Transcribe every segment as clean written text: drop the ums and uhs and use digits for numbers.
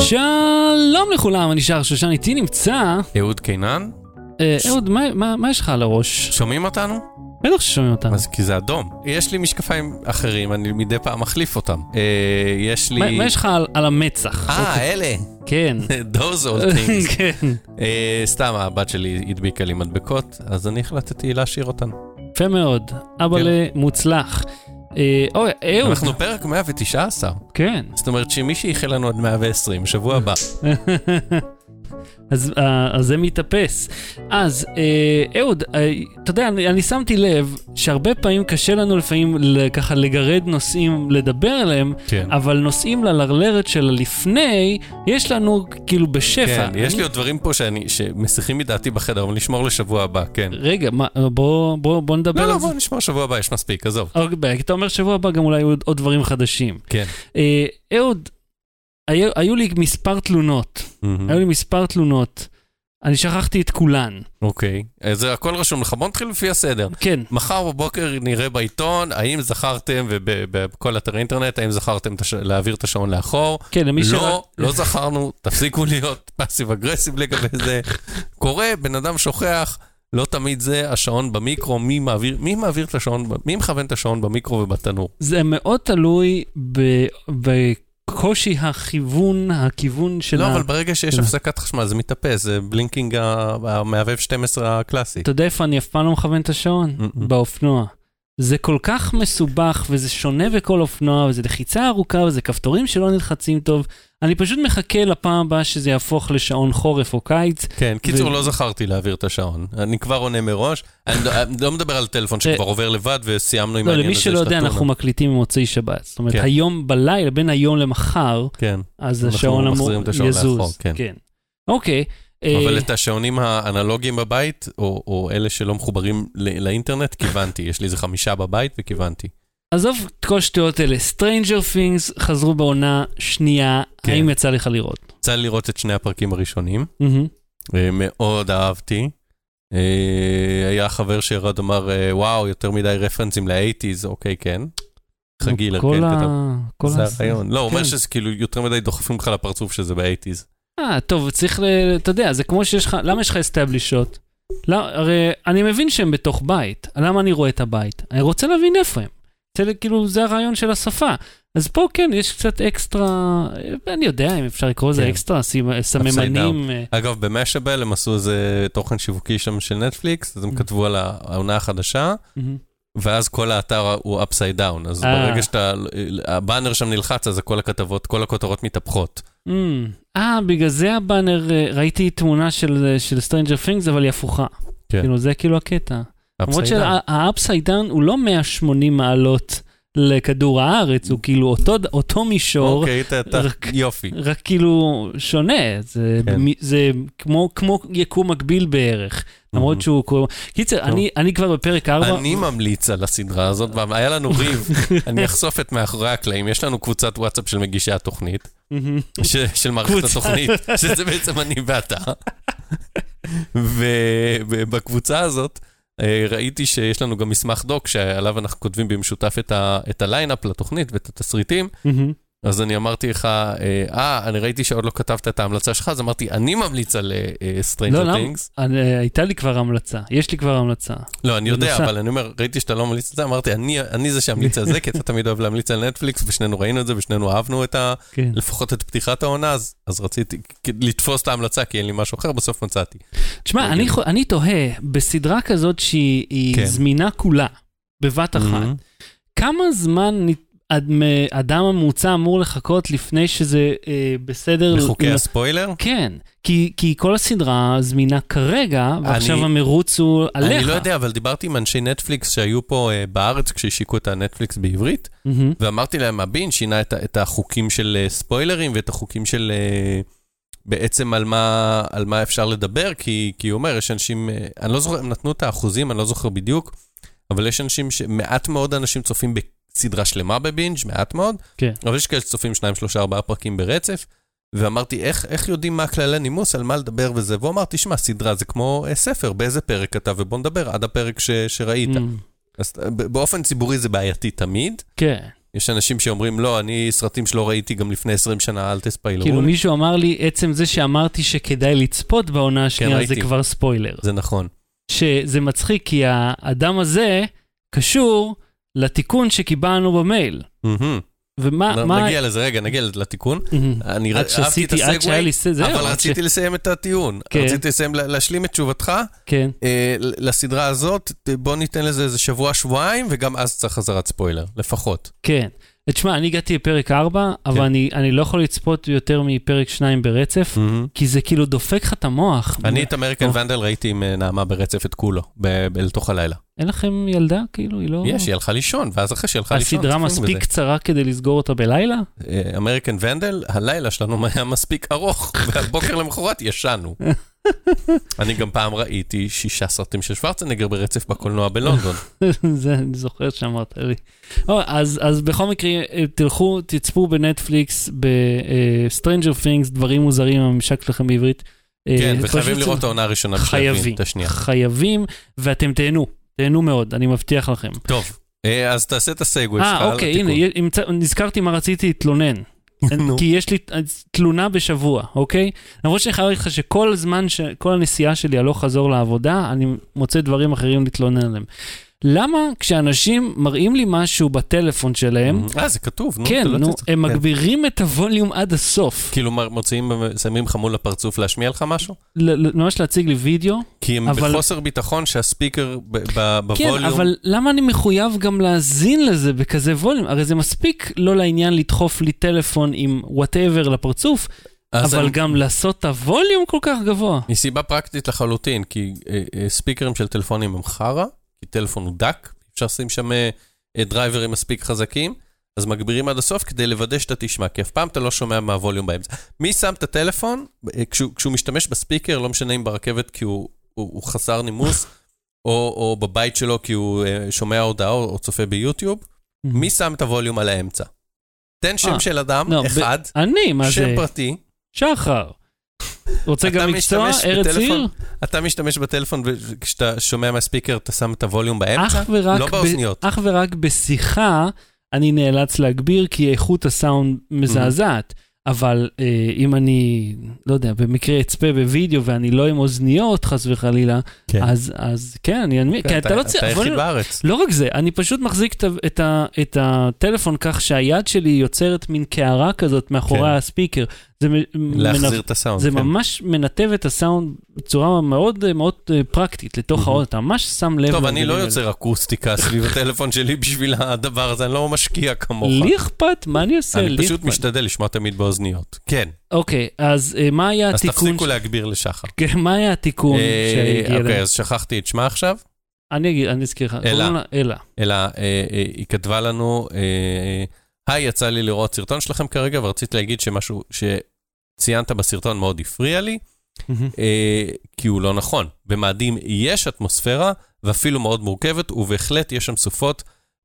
שלום לכולם, אני שר שושן, איתי נמצא אהוד קינן. אהוד, מה יש לך על הראש? שומעים אותנו? בטח ששומעים אותנו. אז כי זה אדום. יש לי משקפיים אחרים, אני מדי פעם מחליף אותם. יש לי... מה יש לך על המצח? אלה. כן. Those old things. כן. סתם, הבת שלי הדביקה לי מדבקות, אז אני החלטתי להשאיר אותן. יפה מאוד. אבא מוצלח. אהוד. אנחנו פרק 119. כן. זאת אומרת שמי שיחל לנו עד 120, שבוע הבא. אז זה מתאפס. אז, אהוד, אתה יודע, אני שמתי לב שהרבה פעמים קשה לנו לפעמים ככה לגרד נושאים לדבר עליהם, כן. אבל נושאים ללרלרת של לפני, יש לנו כאילו בשפע. כן, יש לי עוד דברים פה שמסיחים מדעתי בחדר, אבל נשמור לשבוע הבא, כן. רגע, בוא נדבר על זה. לא, בוא נשמור שבוע הבא, יש מספיק, עזוב. אתה אומר שבוע הבא גם אולי עוד דברים חדשים. כן. אהוד, היו לי מספר תלונות. אני שכחתי את כולן. אוקיי. אז הכל רשום לך. בוא נתחיל לפי הסדר. כן. מחר בבוקר נראה בעיתון, האם זכרתם, ובכל אתר אינטרנט, האם זכרתם להעביר את השעון לאחור? כן, למי לא זכרנו, תפסיקו להיות פאסיב אגרסיב לגבי זה. קורה, בן אדם שוכח, לא תמיד זה השעון במיקרו, מי מעביר את השעון, מי מכוון את השעון במיקרו ובתנור? זה מאוד תלוי קושי הכיוון של לא, אבל ברגע שיש הפסקת חשמל, זה מתאפס, זה בלינקינג המעבב 12 הקלאסי. אתה יודע איפה אני אף פעם לא מכוון את השעון? באופנוע. זה כל כך מסובך, וזה שונה בכל אופנוע, וזה לחיצה ארוכה, וזה כפתורים שלא נלחצים טוב. אני פשוט מחכה לפעם הבאה שזה יהפוך לשעון חורף או קיץ. כן, קיצור לא זכרתי להעביר את השעון. אני כבר עונה מראש. אני לא מדבר על טלפון שכבר עובר לבד, וסיימנו עם העניין הזה. למי שלא יודע, אנחנו מקליטים ממוצאי שבת. זאת אומרת, היום בלילה, בין היום למחר, אז השעון יזוז. כן. אוקיי. אבל את השעונים האנלוגיים בבית, או אלה שלא מחוברים לאינטרנט, כיוונתי. יש לי איזה 5 בבית וכיוונתי. עזוב את כל שטויות אלה. Stranger Things חזרו בעונה שנייה. האם יצא לך לראות? יצא לראות את 2 הפרקים הראשונים. מאוד אהבתי. היה חבר שירד אמר, וואו, יותר מדי רפרנסים ל-80s. אוקיי, כן. חגיל, כן, כתב. זה הרעיון. לא, הוא אומר שזה כאילו יותר מדי דוחפים לך לפרצוף שזה ב-80s. טוב, צריך, אתה יודע, זה כמו שיש לך, למה יש לך אסטאבלישות? הרי אני מבין שהם בתוך בית. למה אני רואה את הבית? אני רוצה להבין איפה הם. כאילו, זה הרעיון של השפה. אז פה כן, יש קצת אקסטרה, אני יודע אם אפשר לקרוא לזה אקסטרה, סממנים. אגב, במאשבל הם עשו איזה תוכן שיווקי שם של נטפליקס, אז הם כתבו על העונה החדשה, ואז כל האתר הוא upside down, אז ברגע שהבאנר שם נלחץ, אז כל הכותרות מתהפכות. בגלל זה הבאנר, ראיתי תמונה של Stranger Things, אבל היא הפוכה. כאילו, זה כאילו הקטע. למרות שה-upside down הוא לא 180 מעלות לכדור הארץ, הוא כאילו אותו מישור. אוקיי, יופי. רק כאילו שונה, זה כמו יקום מקביל בערך. למרות שהוא... קיצר, אני כבר בפרק 4... אני ממליץ על הסדרה הזאת, והיה לנו ריב, אני אחשוף את מאחורי הקלעים, יש לנו קבוצת וואטסאפ של מגישי התוכנית, של מערכת התוכנית, שזה בעצם אני ואתה. ובקבוצה הזאת, ראיתי שיש לנו גם מסמך דוק, שעליו אנחנו כותבים במשותף את הליינאפ לתוכנית ואת התסריטים, אז אני אמרתי לך, אני ראיתי שעוד לא כתבת את ההמלצה שלך, אז אמרתי, אני ממליץ על Stranger Things. הייתה לי כבר המלצה, יש לי כבר המלצה. לא, אני יודע, אבל אני אומר, ראיתי שאתה לא ממליץ על זה, אמרתי, אני זה שהמליץ על זה, כי אתה תמיד אוהב להמליץ על נטפליקס, ושנינו ראינו את זה, ושנינו אהבנו לפחות את פתיחת העונה, אז רציתי לתפוס את ההמלצה, כי אין לי משהו אחר, בסוף מצאתי. תשמע, אני תוהה, בסדרה כזאת שהיא זמינה כולה, בבת אחת, כמה זמן אדם הממוצע אמור לחכות לפני שזה בסדר... לחוקי הספוילר? כן, כי כל הסדרה זמינה כרגע, ועכשיו המרוץ הוא עליך. אני לא יודע, אבל דיברתי עם אנשי נטפליקס שהיו פה בארץ כשהשיקו את הנטפליקס בעברית, ואמרתי להם, הבין שינה את החוקים של ספוילרים, ואת החוקים של בעצם על מה אפשר לדבר, כי הוא אומר, יש אנשים, אני לא זוכר, הם נתנו את האחוזים, אני לא זוכר בדיוק, אבל יש אנשים מעט מאוד אנשים צופים סדרה שלמה בבינג', מעט מאוד, אבל יש כאלה שצופים 2, 3, 4 פרקים ברצף, ואמרתי, איך יודעים מה כללי נימוס, על מה לדבר וזה, והוא אמר, תשמע, סדרה זה כמו ספר, באיזה פרק אתה, ובוא נדבר עד הפרק שראית. אז באופן ציבורי זה בעייתי תמיד, יש אנשים שאומרים, לא, אני סרטים שלא ראיתי גם לפני 20 שנה, אל תספיילרו. כאילו מישהו אמר לי, עצם זה שאמרתי שכדאי לצפות בעונה השנייה, זה כבר ספוילר. זה נכון. שזה מצחיק, כי האדם הזה קשור לתיקון שקיבלנו במייל. נגיע לזה, רגע, נגיע לתיקון. אני אהבתי את הסגווי, אבל רציתי לסיים את הטיעון. רציתי להשלים את תשובתך לסדרה הזאת. בוא ניתן לזה איזה שבוע-שבועיים, וגם אז צריך חזרת ספוילר, לפחות. כן. תשמע, אני הגעתי לפרק 4, אבל אני לא יכול לצפות יותר מפרק 2 ברצף, כי זה כאילו דופק לך את המוח. אני את אמריקן ונדל ראיתי עם נעמה ברצף את כולו, לתוך הלילה. אין לכם ילדה? כאילו, היא לא... יש, היא הלכה לישון, ואז אחרי שהיא הלכה לישון... הסדרה מספיק קצרה כדי לסגור אותה בלילה? אמריקן ונדל, הלילה שלנו היה מספיק ארוך, והבוקר למחרת ישנו. אני גם פעם ראיתי 6 סרטים של שוורצנגר ברצף בקולנוע בלונדון. זה, אני זוכר שאמרת לי. אז בכל מקרה, תלכו, תצפו בנטפליקס, ב-Stranger Things, דברים מוזרים, הממשק שלכם בעברית. כן, וחייבים לראות את העונה הראשונה בשביל את השנייה. חייבים, ואתם תהנו מאוד, אני מבטיח לכם. טוב, אז תעשה את הסגווי שלך. אוקיי, הנה, נזכרתי מה רציתי להתלונן. כי יש לי תלונה בשבוע, אוקיי? למרות שאני חייב לך שכל זמן, כל הנסיעה שלי הלוך חזור לעבודה, אני מוצא דברים אחרים להתלונן עליהם. למה כשאנשים מראים לי משהו בטלפון שלהם... זה כתוב, נו. כן, נו, הם מגבירים את הווליום עד הסוף. כאילו שמים לך מול הפרצוף להשמיע לך משהו? ממש להציג לי וידאו. כי הם בחוסר ביטחון שהספיקר בווליום... כן, אבל למה אני מחויב גם להזין לזה בכזה ווליום? הרי זה מספיק לא לעניין לדחוף לי טלפון עם whatever לפרצוף, אבל גם לעשות את הווליום כל כך גבוה. מסיבה פרקטית לחלוטין, כי ספיקרים של טלפונים הם חרה, כי טלפון הוא דק, אפשר לשים שם דרייברים מספיק חזקים, אז מגבירים עד הסוף כדי לוודא שאתה תשמע, כי אף פעם אתה לא שומע מהווליום באמצע. מי שם את הטלפון, כשהוא משתמש בספיקר, לא משנה אם ברכבת כי הוא חסר נימוס, או בבית שלו כי הוא שומע הודעה או צופה ביוטיוב, מי שם את הווליום על האמצע? תן שם של אדם, אחד, שם פרטי. שחר. רוצה גם מקצוע, ארץ עיר? אתה משתמש בטלפון וכשאתה שומע מהספיקר אתה שם את הווליום באמצע? לא באוזניות. אך ורק בשיחה אני נאלץ להגביר כי איכות הסאונד מזעזעת. אבל אם אני, לא יודע, במקרה אצפה בווידאו ואני לא עם אוזניות חס וחלילה, אז כן, אני אנמיק. אתה היחיד בארץ. לא רק זה, אני פשוט מחזיק את הטלפון כך שהיד שלי יוצרת מין קערה כזאת מאחורי הספיקר. להחזיר את הסאונד. זה ממש מנתב את הסאונד בצורה מאוד מאוד פרקטית לתוך האוטו. אתה ממש שם לב. טוב, אני לא יוצר אקוסטיקה סביב הטלפון שלי בשביל הדבר הזה, אני לא משקיע כמוך. לי אכפת, מה אני עושה? אני פשוט משתדל לשמוע תמיד באוזניות. כן. אוקיי, אז מה היה התיקון? אז תפסיקו להגביר לשחר. מה היה התיקון שהגיע? אוקיי, אז שכחתי את שמה עכשיו. אני אזכיר לך. אלה, היא כתבה לנו, היי, יצא לי לראות סרטון שלכם כרגע, ורציתי להגיד שמשהו שציינת בסרטון מאוד הפריע לי, כי הוא לא נכון. במאדים יש אטמוספירה, ואפילו מאוד מורכבת, ובהחלט יש שם סופות,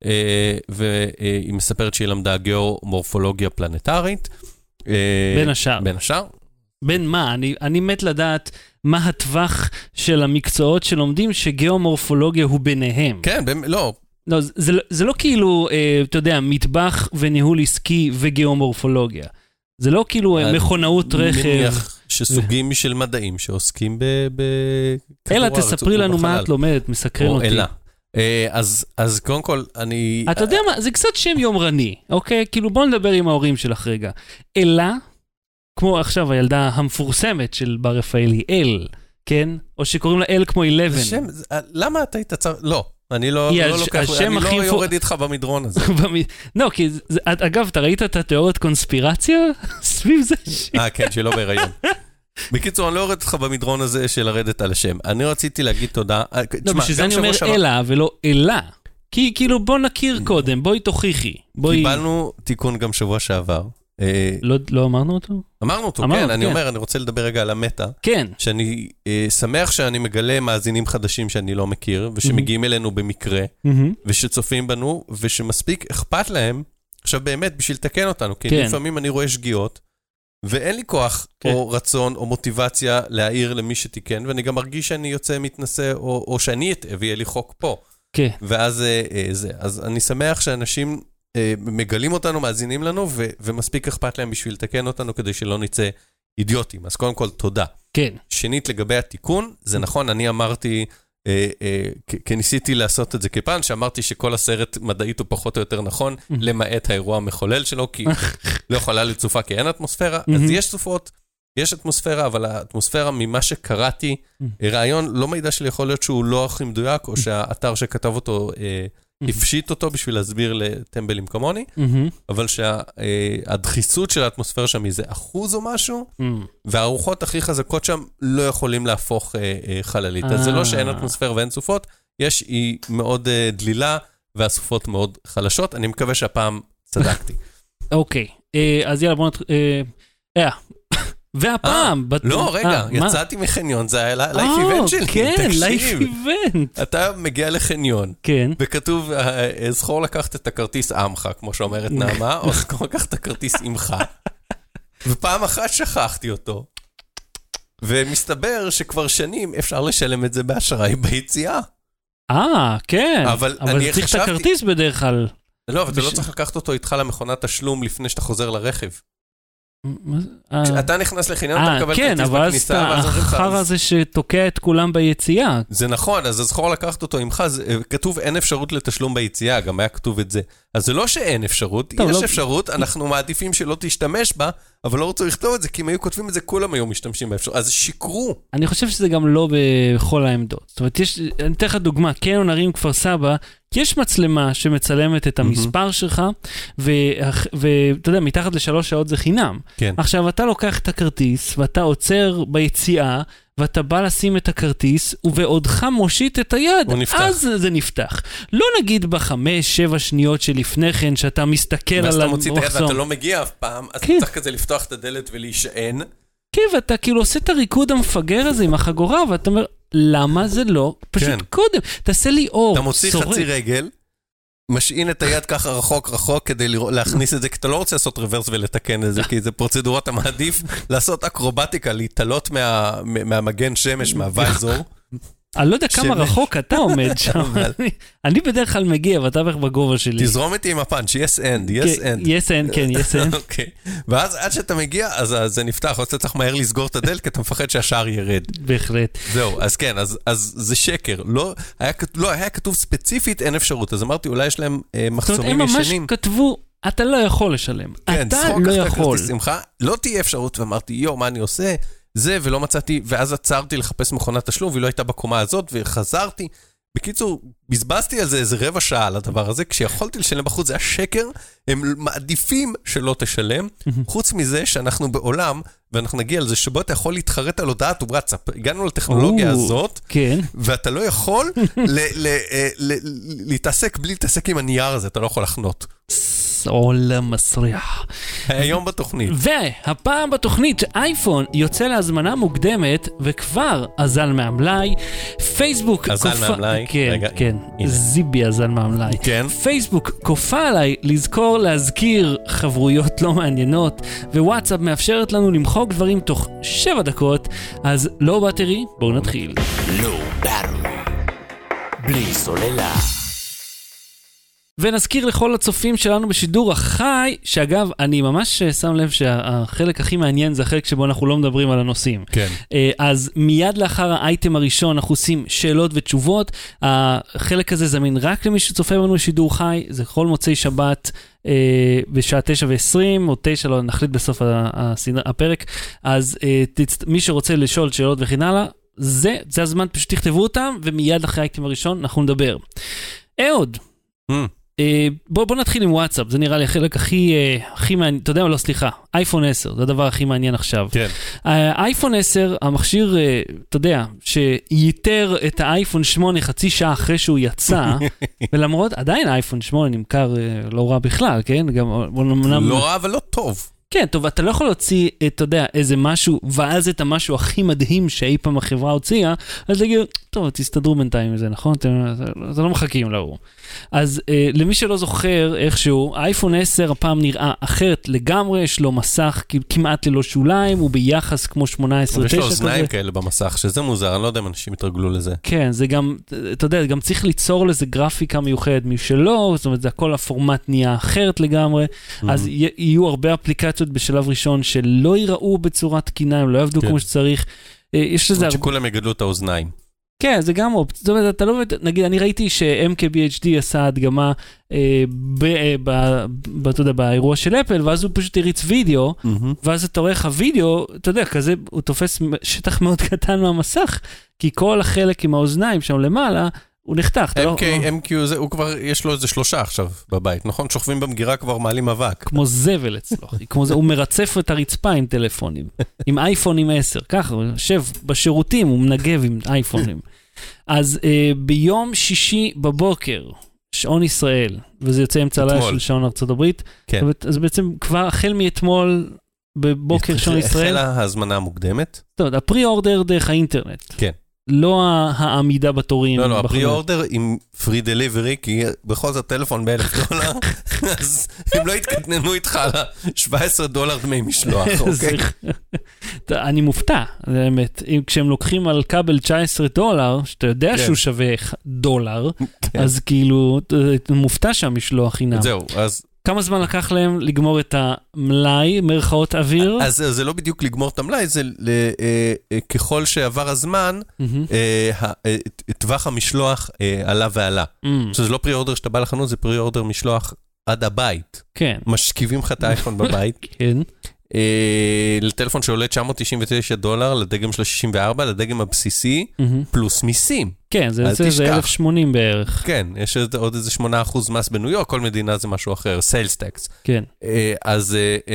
והיא מספרת שהיא למדה גיאומורפולוגיה פלנטרית. בין השאר. בין השאר. בין מה? אני מת לדעת מה הטווח של המקצועות שלומדים שגיאומורפולוגיה הוא ביניהם. כן, לא. לא, זה לא כאילו, אתה יודע, מטבח וניהול עסקי וגיאומורפולוגיה. זה לא כאילו מכונאות רכב. מניח שסוגים של מדעים שעוסקים אלא תספרי לנו מה את לומדת, מסקרן אותי. או אלא. אז קודם כל, אני... אתה יודע מה, זה קצת שם יומרני, אוקיי? כאילו בוא נדבר עם ההורים שלך רגע. אלא, כמו עכשיו הילדה המפורסמת של בר רפאלי, אל, כן? או שקוראים לה אל כמו 11. למה אתה התעצר? לא. אני לא יורד איתך במדרון הזה. לא, כי, אגב, אתה ראית את התיאוריות קונספירציה? סביב זה כן, שלא בהיריון. בקיצור, אני לא יורד איתך במדרון הזה של לרדת על השם. אני רציתי להגיד תודה. לא, בשביל זה אני אומר אלא, ולא אלא. כי כאילו בוא נכיר קודם, בואי תוכיחי. קיבלנו תיקון גם שבוע שעבר. לא אמרנו אותו? אמרנו אותו, כן, אני אומר, אני רוצה לדבר רגע על המטה. כן. שאני שמח שאני מגלה מאזינים חדשים שאני לא מכיר, ושמגיעים אלינו במקרה, ושצופים בנו, ושמספיק אכפת להם, עכשיו באמת, בשביל לתקן אותנו, כי לפעמים אני רואה שגיאות, ואין לי כוח, או רצון, או מוטיבציה להעיר למי שתיקן, ואני גם מרגיש שאני יוצא מתנשא, או שאני אטעה, ויהיה לי חוק פה. כן. ואז זה. אז אני שמח שאנשים מגלים אותנו, מאזינים לנו, ומספיק אכפת להם בשביל לתקן אותנו, כדי שלא נצא אידיוטים. אז קודם כל, תודה. כן. שנית, לגבי התיקון, זה נכון, אני אמרתי, כי ניסיתי לעשות את זה כפן, שאמרתי שכל הסרט מדעית הוא פחות או יותר נכון, למעט האירוע המחולל שלו, כי לא יכולה לצופה כי אין אטמוספירה, אז יש סופות, יש אטמוספירה, אבל האטמוספירה ממה שקראתי, רעיון לא מידע שלי יכול להיות שהוא לא הכי מדויק, או שהאתר שכתב אותו הפשיט אותו בשביל להסביר לטמבלים כמוני, אבל שהדחיסות של האטמוספירה שם היא זה 1% או משהו, והארוחות הכי חזקות שם לא יכולים להפוך חללית. אז זה לא שאין אטמוספירה ואין סופות, היא מאוד דלילה, והסופות מאוד חלשות. אני מקווה שהפעם צדקתי. אוקיי, אז יאללה, בוא והפעם... לא, רגע, יצאתי מחניון, זה היה לייף איבנט שלי, כן, לייף איבנט. אתה מגיע לחניון, וכתוב, זכור לקחת את הכרטיס עמך, כמו שאומרת נעמה, או זכור לקחת את הכרטיס עמך, ופעם אחת שכחתי אותו, ומסתבר שכבר שנים אפשר לשלם את זה באשראי ביציאה. כן, אבל צריך את הכרטיס בדרך כלל. לא, אבל אתה לא צריך לקחת אותו איתך למכונת תשלום לפני שאתה חוזר לרכב. כשאתה נכנס לחניון, אתה מקבל כרטיס בכניסה, ואז האחר הזה שתוקע את כולם ביציאה. זה נכון, אז זכור לקחת אותו עמך, כתוב אין אפשרות לתשלום ביציאה, גם היה כתוב את זה. אז זה לא שאין אפשרות, יש אפשרות, אנחנו מעדיפים שלא תשתמש בה, אבל לא רוצה לכתוב את זה, כי אם היו כותבים את זה, כולם היו משתמשים באפשרות, אז שיקרו. אני חושב שזה גם לא בכל העמדות. זאת אומרת, אני אתן לך דוגמה, קניון הרים כפר סבא, יש מצלמה שמצלמת את המספר שלך, ואתה יודע, מתחת ל3 שעות זה חינם. עכשיו, אתה לוקח את הכרטיס, ואתה עוצר ביציאה, ואתה בא לשים את הכרטיס, ובעודך מושיט את היד, אז זה נפתח. לא נגיד ב5-7 שניות שלפני כן, שאתה מסתכל על המחסום. ואז אתה מוציא את היד ואתה לא מגיע אף פעם, אז אתה צריך כזה לפתוח את הדלת ולהישען. כן, ואתה כאילו עושה את הריקוד המפגר הזה עם החגורה, ואתה אומר, למה זה לא? פשוט קודם, תעשה לי אור. אתה מוציא חצי רגל, משעין את היד ככה רחוק כדי להכניס את זה, כי אתה לא רוצה לעשות רוורס ולתקן את זה, כי זה פרוצדורות המעדיף לעשות אקרובטיקה, להתעלות מהמגן שמש, מהוויזור. אני לא יודע כמה רחוק אתה עומד שם. אני בדרך כלל מגיע, ואתה בערך בגובה שלי. תזרום איתי עם הפאנץ', yes and, yes and. yes and, כן, yes and. אוקיי. ואז עד שאתה מגיע, אז זה נפתח, אתה צריך מהר לסגור את הדלת, כי אתה מפחד שהשער ירד. בהחלט. זהו, אז כן, אז זה שקר. לא, היה כתוב ספציפית, אין אפשרות. אז אמרתי, אולי יש להם מחסומים ישנים. הם ממש כתבו, אתה לא יכול לשלם. אתה לא יכול. לא תהיה אפשרות, ואמרתי, מה אני עושה? זה, ולא מצאתי, ואז עצרתי לחפש מכונת תשלום, והיא לא הייתה בקומה הזאת, וחזרתי. בקיצור, בזבזתי על זה איזה רבע שעה על הדבר הזה, כשיכולתי לשלם בחוץ, זה היה שקר, הם מעדיפים שלא תשלם, חוץ מזה שאנחנו בעולם, ואנחנו נגיע לזה, שבו אתה יכול להתחרט על הודעת וואטסאפ, הגענו לטכנולוגיה הזאת, ואתה לא יכול להתעסק בלי להתעסק עם הנייר הזה, אתה לא יכול לחנות. עולם מסריח. היום בתוכנית. והפעם בתוכנית, אייפון יוצא להזמנה מוקדמת, וכבר אזל מהמלאי. פייסבוק... אזל מהמלאי? כן, זיבי אזל מהמלאי. פייסבוק כופה עליי לזכור להזכיר חברויות לא מעניינות, ווואטסאפ מאפשרת לנו למחוק דברים תוך 7 דקות, אז לא בטרי, בואו נתחיל. לא בטרי. בלי סוללה. ונזכיר לכל הצופים שלנו בשידור החי, שאגב, אני ממש שם לב שהחלק הכי מעניין זה החלק שבו אנחנו לא מדברים על הנושאים. כן. אז מיד לאחר האייטם הראשון, אנחנו עושים שאלות ותשובות. החלק הזה זמין רק למי שצופה בנו בשידור חי, זה כל מוצאי שבת בשעה 9:20, או 9, לא נחליט בסוף הפרק. אז מי שרוצה לשאול שאלות וכן הלאה, זה הזמן, פשוט תכתבו אותם, ומיד אחרי האייטם הראשון אנחנו נדבר. אהוד. בוא נתחיל עם וואטסאפ, זה נראה לי החלק הכי מעניין, אתה יודע מה, לא סליחה, אייפון 10, זה הדבר הכי מעניין עכשיו. כן. האייפון 10, המכשיר, אתה יודע, שייתר את האייפון 8 חצי שעה אחרי שהוא יצא, ולמרות, עדיין האייפון 8 נמכר לא רע בכלל, כן? לא רע, אבל לא טוב. כן, טוב, אתה לא יכול להוציא, אתה יודע, איזה משהו, ואז את המשהו הכי מדהים שאי פעם החברה הוציאה, אז להגיד, טוב, תסתדרו בינתיים עם זה, נכון? זה לא מחכים להוא. אז למי שלא זוכר איכשהו, האייפון 10 הפעם נראה אחרת לגמרי, יש לו מסך כמעט ללא שוליים, הוא ביחס כמו 18-9 כזה. ויש לו אוזניים כאלה במסך, שזה מוזר, אני לא יודע אם אנשים יתרגלו לזה. כן, זה גם, אתה יודע, גם צריך ליצור לזה גרפיקה מיוחדת משלו, זאת אומרת, זה הכל הפורמט נהיה אחרת לגמרי, אז יהיו הרבה אפליקציות בשלב ראשון שלא ייראו בצורה תקינה, הם לא יעבדו כמו שצריך. יש לזה... שכולם יגדלו את האוזניים. כן, זה גם אופציה. זאת אומרת, אתה לא... נגיד, אני ראיתי ש-MKBHD עשה הדגמה אתה יודע, באירוע של אפל, ואז הוא פשוט הריץ וידאו, ואז אתה רואה לך וידאו, אתה יודע, כזה, הוא תופס שטח מאוד קטן מהמסך, כי כל החלק עם האוזניים שם למעלה, הוא נחתך. MQ, הוא כבר, יש לו איזה 3 עכשיו בבית, נכון? שוכבים במגירה כבר מעלים אבק. כמו זבל אצלו, הוא מרצף את הרצפה עם טלפונים, עם אייפונים 10, ככה, הוא יושב בשירותים, הוא מנגב עם אייפונים. אז ביום שישי בבוקר, שעון ישראל, וזה יוצא אמצע הלילה של שעון ארצות הברית, אז בעצם כבר החל מאתמול בבוקר שעון ישראל. החלה ההזמנה המוקדמת. טוב, הפרי-אורדר דרך האינטרנט. כן. לא העמידה בתורים. לא, הפרי-אורדר עם פרי דליברי, כי בכל זאת טלפון $1,000, אז הם לא התקטננו איתך על $17 דמי משלוח, אוקיי? אני מופתע, באמת. כשהם לוקחים על כבל $19, שאתה יודע שהוא שווה $1, אז כאילו, מופתע שהמשלוח חינם. זהו, אז... כמה זמן לקח להם לגמור את המלאי, מרכאות אוויר? אז זה לא בדיוק לגמור את המלאי, זה ככל שעבר הזמן, טווח המשלוח עלה ועלה. שזה לא פרי-אורדר שאתה בא לחנות, זה פרי-אורדר משלוח עד הבית. כן. משכיבים לך את האייפון בבית. כן. לטלפון שעולה $999, לדגם של 64, לדגם הבסיסי, פלוס מיסים. כן, זה 1,080 בערך. כן, יש עוד איזה 8% מס בניו יורק, כל מדינה זה משהו אחר, סיילס טקס. כן. אז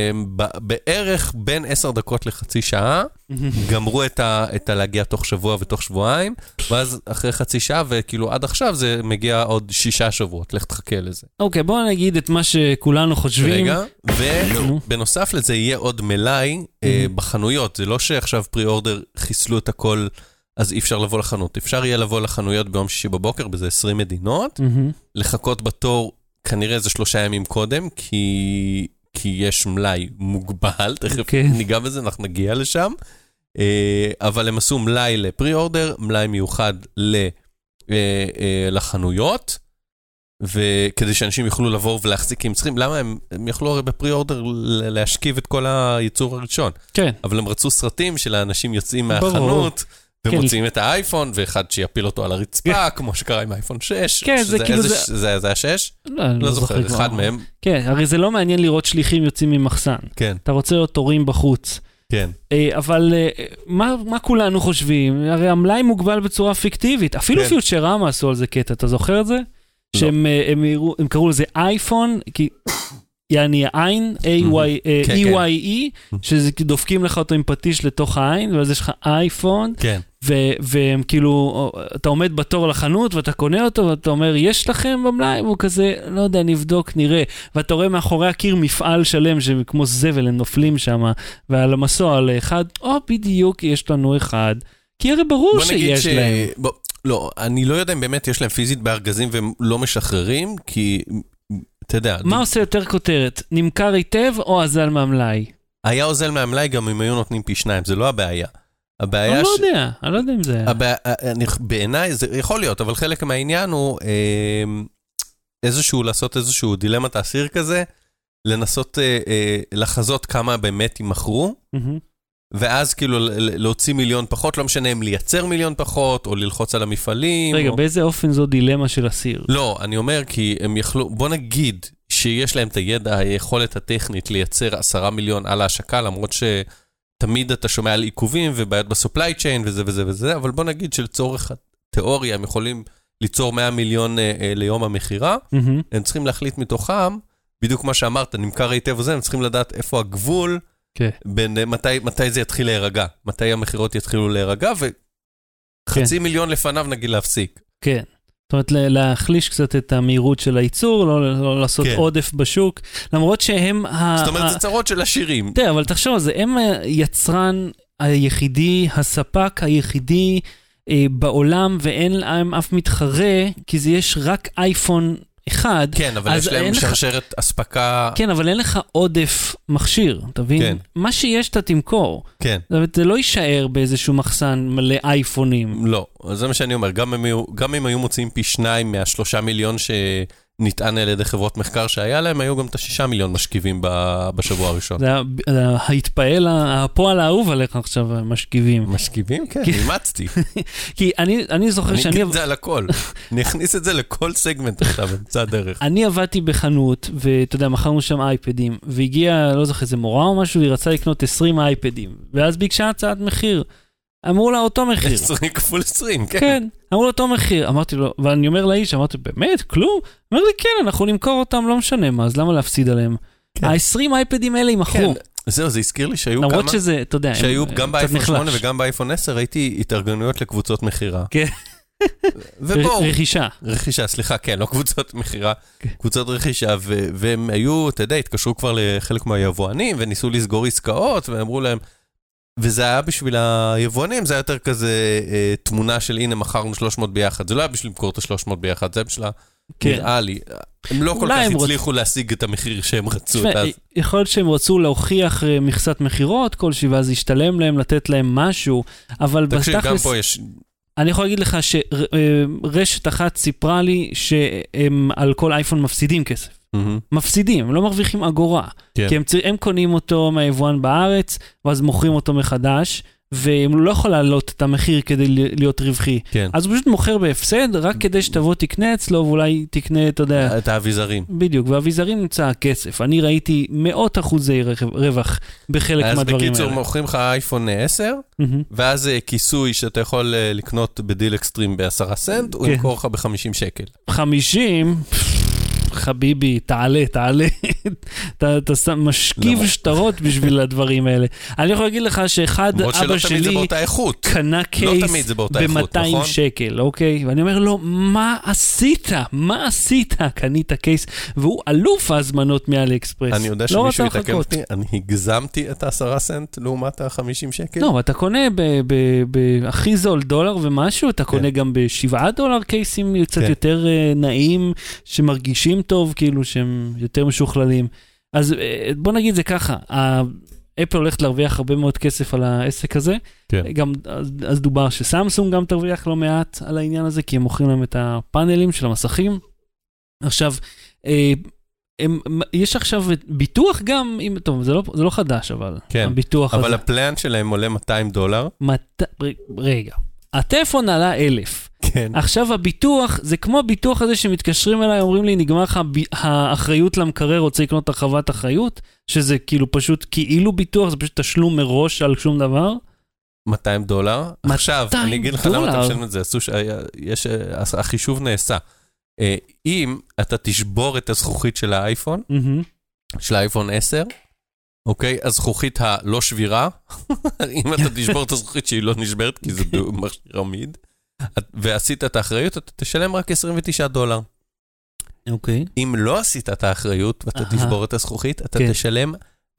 בערך בין 10 דקות לחצי שעה, גמרו את להגיע תוך שבוע ותוך שבועיים, ואז אחרי חצי שעה, וכאילו עד עכשיו זה מגיע עוד 6 שבועות, לך תחכה לזה. אוקיי, בואו נגיד את מה שכולנו חושבים. רגע, ובנוסף לזה יהיה עוד מלאי בחנויות, זה לא שעכשיו פרי-אורדר חיסלו את הכל, אז אי אפשר לבוא לחנות. אפשר יהיה לבוא לחנויות ביום שישי בבוקר, בזה 20 מדינות, לחכות בתור כנראה איזה 3 ימים קודם, כי יש מלאי מוגבל, תכף ניגע בזה, אנחנו נגיע לשם, אבל הם עשו מלאי לפרי-אורדר, מלאי מיוחד לחנויות, וכדי שאנשים יוכלו לבוא ולהחזיק עם צריכים, למה הם יכלו הרי בפרי-אורדר להשכיב את כל הייצור הראשון? כן. אבל הם רצו סרטים של האנשים יוצאים מהחנות, ומוצאים את האייפון, ואחד שיפיל אותו על הרצפה, כמו שקרה עם האייפון 6. כן, זה כאילו זה היה 6? לא זוכר, אחד מהם. כן, הרי זה לא מעניין לראות שליחים יוצאים ממחסן. כן. אתה רוצה לראות תורים בחוץ. כן. אבל מה כולנו חושבים? הרי המלאי מוגבל בצורה פיקטיבית. אפילו פיוטרמה עשו על זה קטע, אתה זוכר את זה? שהם קראו לזה אייפון, כי... יעני העין, A-Y-E, שזה דופקים לך אותו עם פטיש לתוך העין, ואז יש לך אייפון, והם כאילו, אתה עומד בתור לחנות, ואתה קונה אותו, ואתה אומר, יש לכם במלאי? והוא כזה, לא יודע, נבדוק, נראה. ואתה רואה מאחורי הקיר מפעל שלם, שכמו זבל, הם נופלים שם, ועל המסוע, על אחד, בדיוק, יש לנו אחד. כי הרי ברור שיש להם. לא, אני לא יודע אם באמת יש להם פיזית בארגזים, והם לא משחררים, כי... מה עושה יותר כותרת? נמכר היטב או אזל מהמלאי? היה אוזל מהמלאי גם אם היו נותנים פי 2, זה לא הבעיה. אני לא יודע אם זה... בעיניי זה יכול להיות, אבל חלק מהעניין הוא לעשות איזשהו דילמת האסיר כזה, לנסות לחזות כמה באמת ימכרו, ואז כאילו להוציא מיליון פחות, לא משנה אם לייצר מיליון פחות, או ללחוץ על המפעלים. רגע, באיזה אופן זו דילמה של אסיר? לא, אני אומר כי הם יכלו, בוא נגיד שיש להם את הידע, היכולת הטכנית לייצר 10 מיליון על ההשקה, למרות שתמיד אתה שומע על עיכובים ובעיות בסופליי צ'יין וזה וזה וזה, אבל בוא נגיד שלצורך התיאוריה הם יכולים ליצור 100 מיליון ליום המחירה, הם צריכים להחליט מתוכם, בדיוק מה שאמרת, נמכר היטב וזה, הם צריכים לדעת איפה הגבול, בין מתי זה יתחיל להירגע, מתי המחירות יתחילו להירגע, וחצי מיליון לפניו נגיד להפסיק. כן. זאת אומרת, להחליש קצת את המהירות של הייצור, לא לעשות עודף בשוק, למרות שהם... זאת אומרת, זה צרות של עשירים. תראה, אבל תחשוב על זה, הם היצרן היחידי, הספק היחידי בעולם, ואין להם אף מתחרה, כי זה יש רק אייפון אחד. כן, אבל יש להם שרשרת אספקה... כן, אבל אין לך עודף מכשיר, אתה מבין? כן. מה שיש אתה תמכור. כן. זה לא יישאר באיזשהו מחסן מלא אייפונים. לא, זה מה שאני אומר, גם אם היו מוצאים פי 2 מה3 מיליון שנטען על ידי חברות מחקר שהיה להם, היו גם את 6 מיליון משקיבים בשבוע הראשון. זה התפעל, הפועל האהוב עליך עכשיו, משקיבים. משקיבים? כן, נימצתי. כי אני זוכר שאני... אני אגיד את זה על הכל. אני אכניס את זה לכל סגמנט עכשיו, זה הדרך. אני עבדתי בחנות, ואתה יודע, מכרנו שם אייפדים, והגיע, לא זוכר, איזה מורה או משהו, והיא רצה לקנות 20 אייפדים, ואז ביקשה הצעת מחיר. אמרו לה אותו מחיר. 20 כפול 20, כן. כן, אמרו לה אותו מחיר. אמרתי לו, ואני אומר לאיש, אמרתי, באמת, כלום? אמר לי, כן, אנחנו נמכור אותם, לא משנה מה, אז למה להפסיד עליהם? ה-20 אייפדים האלה ימכרו. זהו, זה הזכיר לי שהיו כמה... למרות שזה, אתה יודע, שהיו גם באייפון 8 וגם באייפון 10, ראיתי התארגנויות לקבוצות מחירה. כן. ובואו. רכישה, סליחה, כן, לא קבוצות מחירה, קבוצות רכישה, והם היו, אתה יודע, התקשרו כבר לחלק מהיבואנים, וניסו לסגור עסקאות, ואמרו להם, וזה היה בשביל היבואנים, זה היה יותר כזה תמונה של הנה מכרנו 300 ביחד, זה לא היה בשביל למכור את ה-300 ביחד, זה היה בשביל נראה לי, הם לא כל כך הצליחו להשיג את המחיר שהם רצו. יכול להיות שהם רצו להוכיח מכסת מחירות כלשהי, ואז ישתלם להם, לתת להם משהו, אבל תקשיב, גם פה יש... אני יכול להגיד לך שרשת אחת סיפרה לי שהם על כל אייפון מפסידים כסף. מפסידים, הם לא מרוויחים אגורה. כי הם קונים אותו מהיבואן בארץ, ואז מוכרים אותו מחדש, והם לא יכול לעלות את המחיר כדי להיות רווחי. אז הוא פשוט מוכר בהפסד, רק כדי שתבוא תקנה אצלו, ואולי תקנה, אתה יודע... את האביזרים. בדיוק, והאביזרים נמצא הכסף. אני ראיתי 100% רווח בחלק מהדברים האלה. אז בקיצור, מוכרים לך אייפון 10, ואז כיסוי שאתה יכול לקנות בדיל אקסטרים ב10 סנט, הוא ימכור לך ב50 שקל. 50... חביבי, תעלה. אתה משכיב שטרות בשביל הדברים האלה. אני יכול להגיד לך שאחד אבא שלי קנה קייס ב200 שקל, אוקיי? ואני אומר לו, מה עשית? קנית קייס, והוא אלוף ההזמנות מאלי אקספרס. אני יודע שמישהו יתקן אותי, אני הגזמתי את 10 סנט לעומת ה50 שקל. לא, אתה קונה בהכי זול $1 ומשהו, אתה קונה גם $7 קייסים קצת יותר נעים, שמרגישים טוב, כאילו שהם יותר משוכללים. אז בוא נגיד זה ככה, אפל הולכת להרוויח הרבה מאוד כסף על העסק הזה, גם אז דובר שסמסונג גם תרוויח לא מעט על העניין הזה, כי הם מוכרים להם את הפאנלים של המסכים. עכשיו, יש עכשיו ביטוח גם, טוב, זה לא חדש, אבל הביטוח הזה. אבל הפלן שלהם עולה $200. רגע, הטלפון עלה 1,000. כן. עכשיו הביטוח, זה כמו הביטוח הזה שמתקשרים אליי, אומרים לי, נגמר לך האחריות למקרר, רוצה לקנות הרחבת אחריות, שזה כאילו פשוט כאילו ביטוח, זה פשוט תשלום מראש על שום דבר. $200. עכשיו, אני אגיד לך למה אתה משלם את זה, החישוב נעשה. אם אתה תשבור את הזכוכית של האייפון, של האייפון 10, אוקיי, הזכוכית הלא שבירה, אם אתה תשבור את הזכוכית שהיא לא נשברת, כי זה מכשיר עמיד, ועשית את האחריות, אתה תשלם רק $29. אוקיי. אם לא עשית את האחריות, ואתה תשבור את הזכוכית, אתה תשלם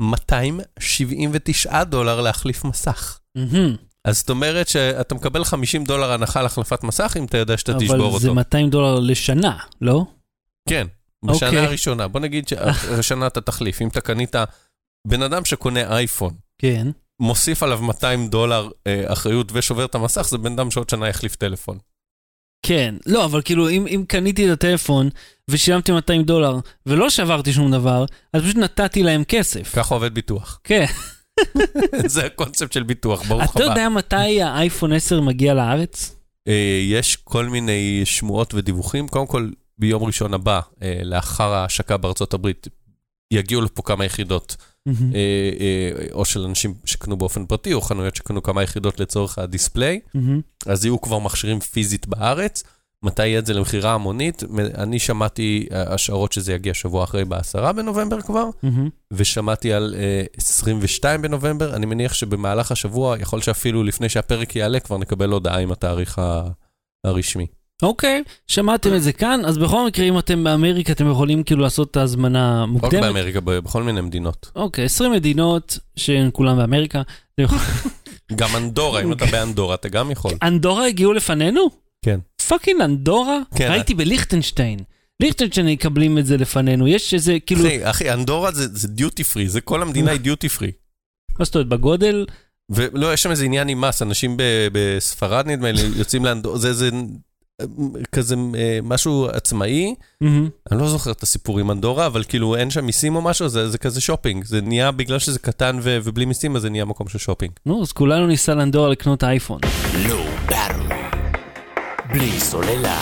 $279 להחליף מסך. אז זאת אומרת שאתה מקבל $50 הנחה להחלפת מסך, אם אתה יודע שאתה תשבור אותו. אבל זה $200 לשנה, לא? כן, בשנה הראשונה. בוא נגיד שהשנה אתה תחליף. אם אתה קנית בן אדם שקונה אייפון, כן. מוסיף עליו $200 אחריות ושובר את המסך, זה בן אדם שעוד שנה יחליף טלפון. כן, לא, אבל כאילו, אם קניתי את הטלפון ושילמתי $200 ולא שברתי שום דבר, אז פשוט נתתי להם כסף. ככה עובד ביטוח. כן. זה הקונספט של ביטוח, ברוך הבא. אתה יודע מתי האייפון 10 מגיע לארץ? יש כל מיני שמועות ודיווחים. קודם כל, ביום ראשון הבא, לאחר ההשקה בארצות הברית, יגיעו לפה כמה יחידות, או של אנשים שקנו באופן פרטי, או חנויות שקנו כמה יחידות לצורך הדיספליי, אז יהיו כבר מכשירים פיזית בארץ. מתי יהיה את זה למחירה המונית? אני שמעתי השערות שזה יגיע שבוע אחרי ב10 בנובמבר כבר, ושמעתי על 22 בנובמבר. אני מניח שבמהלך השבוע, יכול שאפילו לפני שהפרק יעלה, כבר נקבל הודעה עם התאריך הרשמי. אוקיי, שמעתם את זה כאן, אז בכל מקרה, אם אתם באמריקה, אתם יכולים כאילו לעשות את ההזמנה מוקדמת. רק באמריקה, בכל מיני מדינות. אוקיי, 20 מדינות שהן כולן באמריקה. גם אנדורה, אם אתה באנדורה, אתה גם יכול. אנדורה הגיעו לפנינו? כן. פאקינג אנדורה? כן. ראיתי בליכטנשטיין. ליכטנשטיין יקבלים את זה לפנינו. יש איזה כאילו... אחי, אנדורה זה דיוטי פרי, זה כל המדינה היא דיוטי פרי. מה זאת אומרת, בגודל? ולא, יש שם איזה עניין עם מס, אנשים בספרד נדמה לי, יוצאים לאנדורה, זה כזה משהו עצמאי, אני לא זוכר את הסיפור עם אנדורה, אבל כאילו אין שם מיסים או משהו, זה כזה שופינג, זה נהיה בגלל שזה קטן ובלי מיסים, אז זה נהיה מקום של שופינג. נו, אז כולנו ניסה לאנדורה לקנות אייפון. לא ברור, בלי סוללה.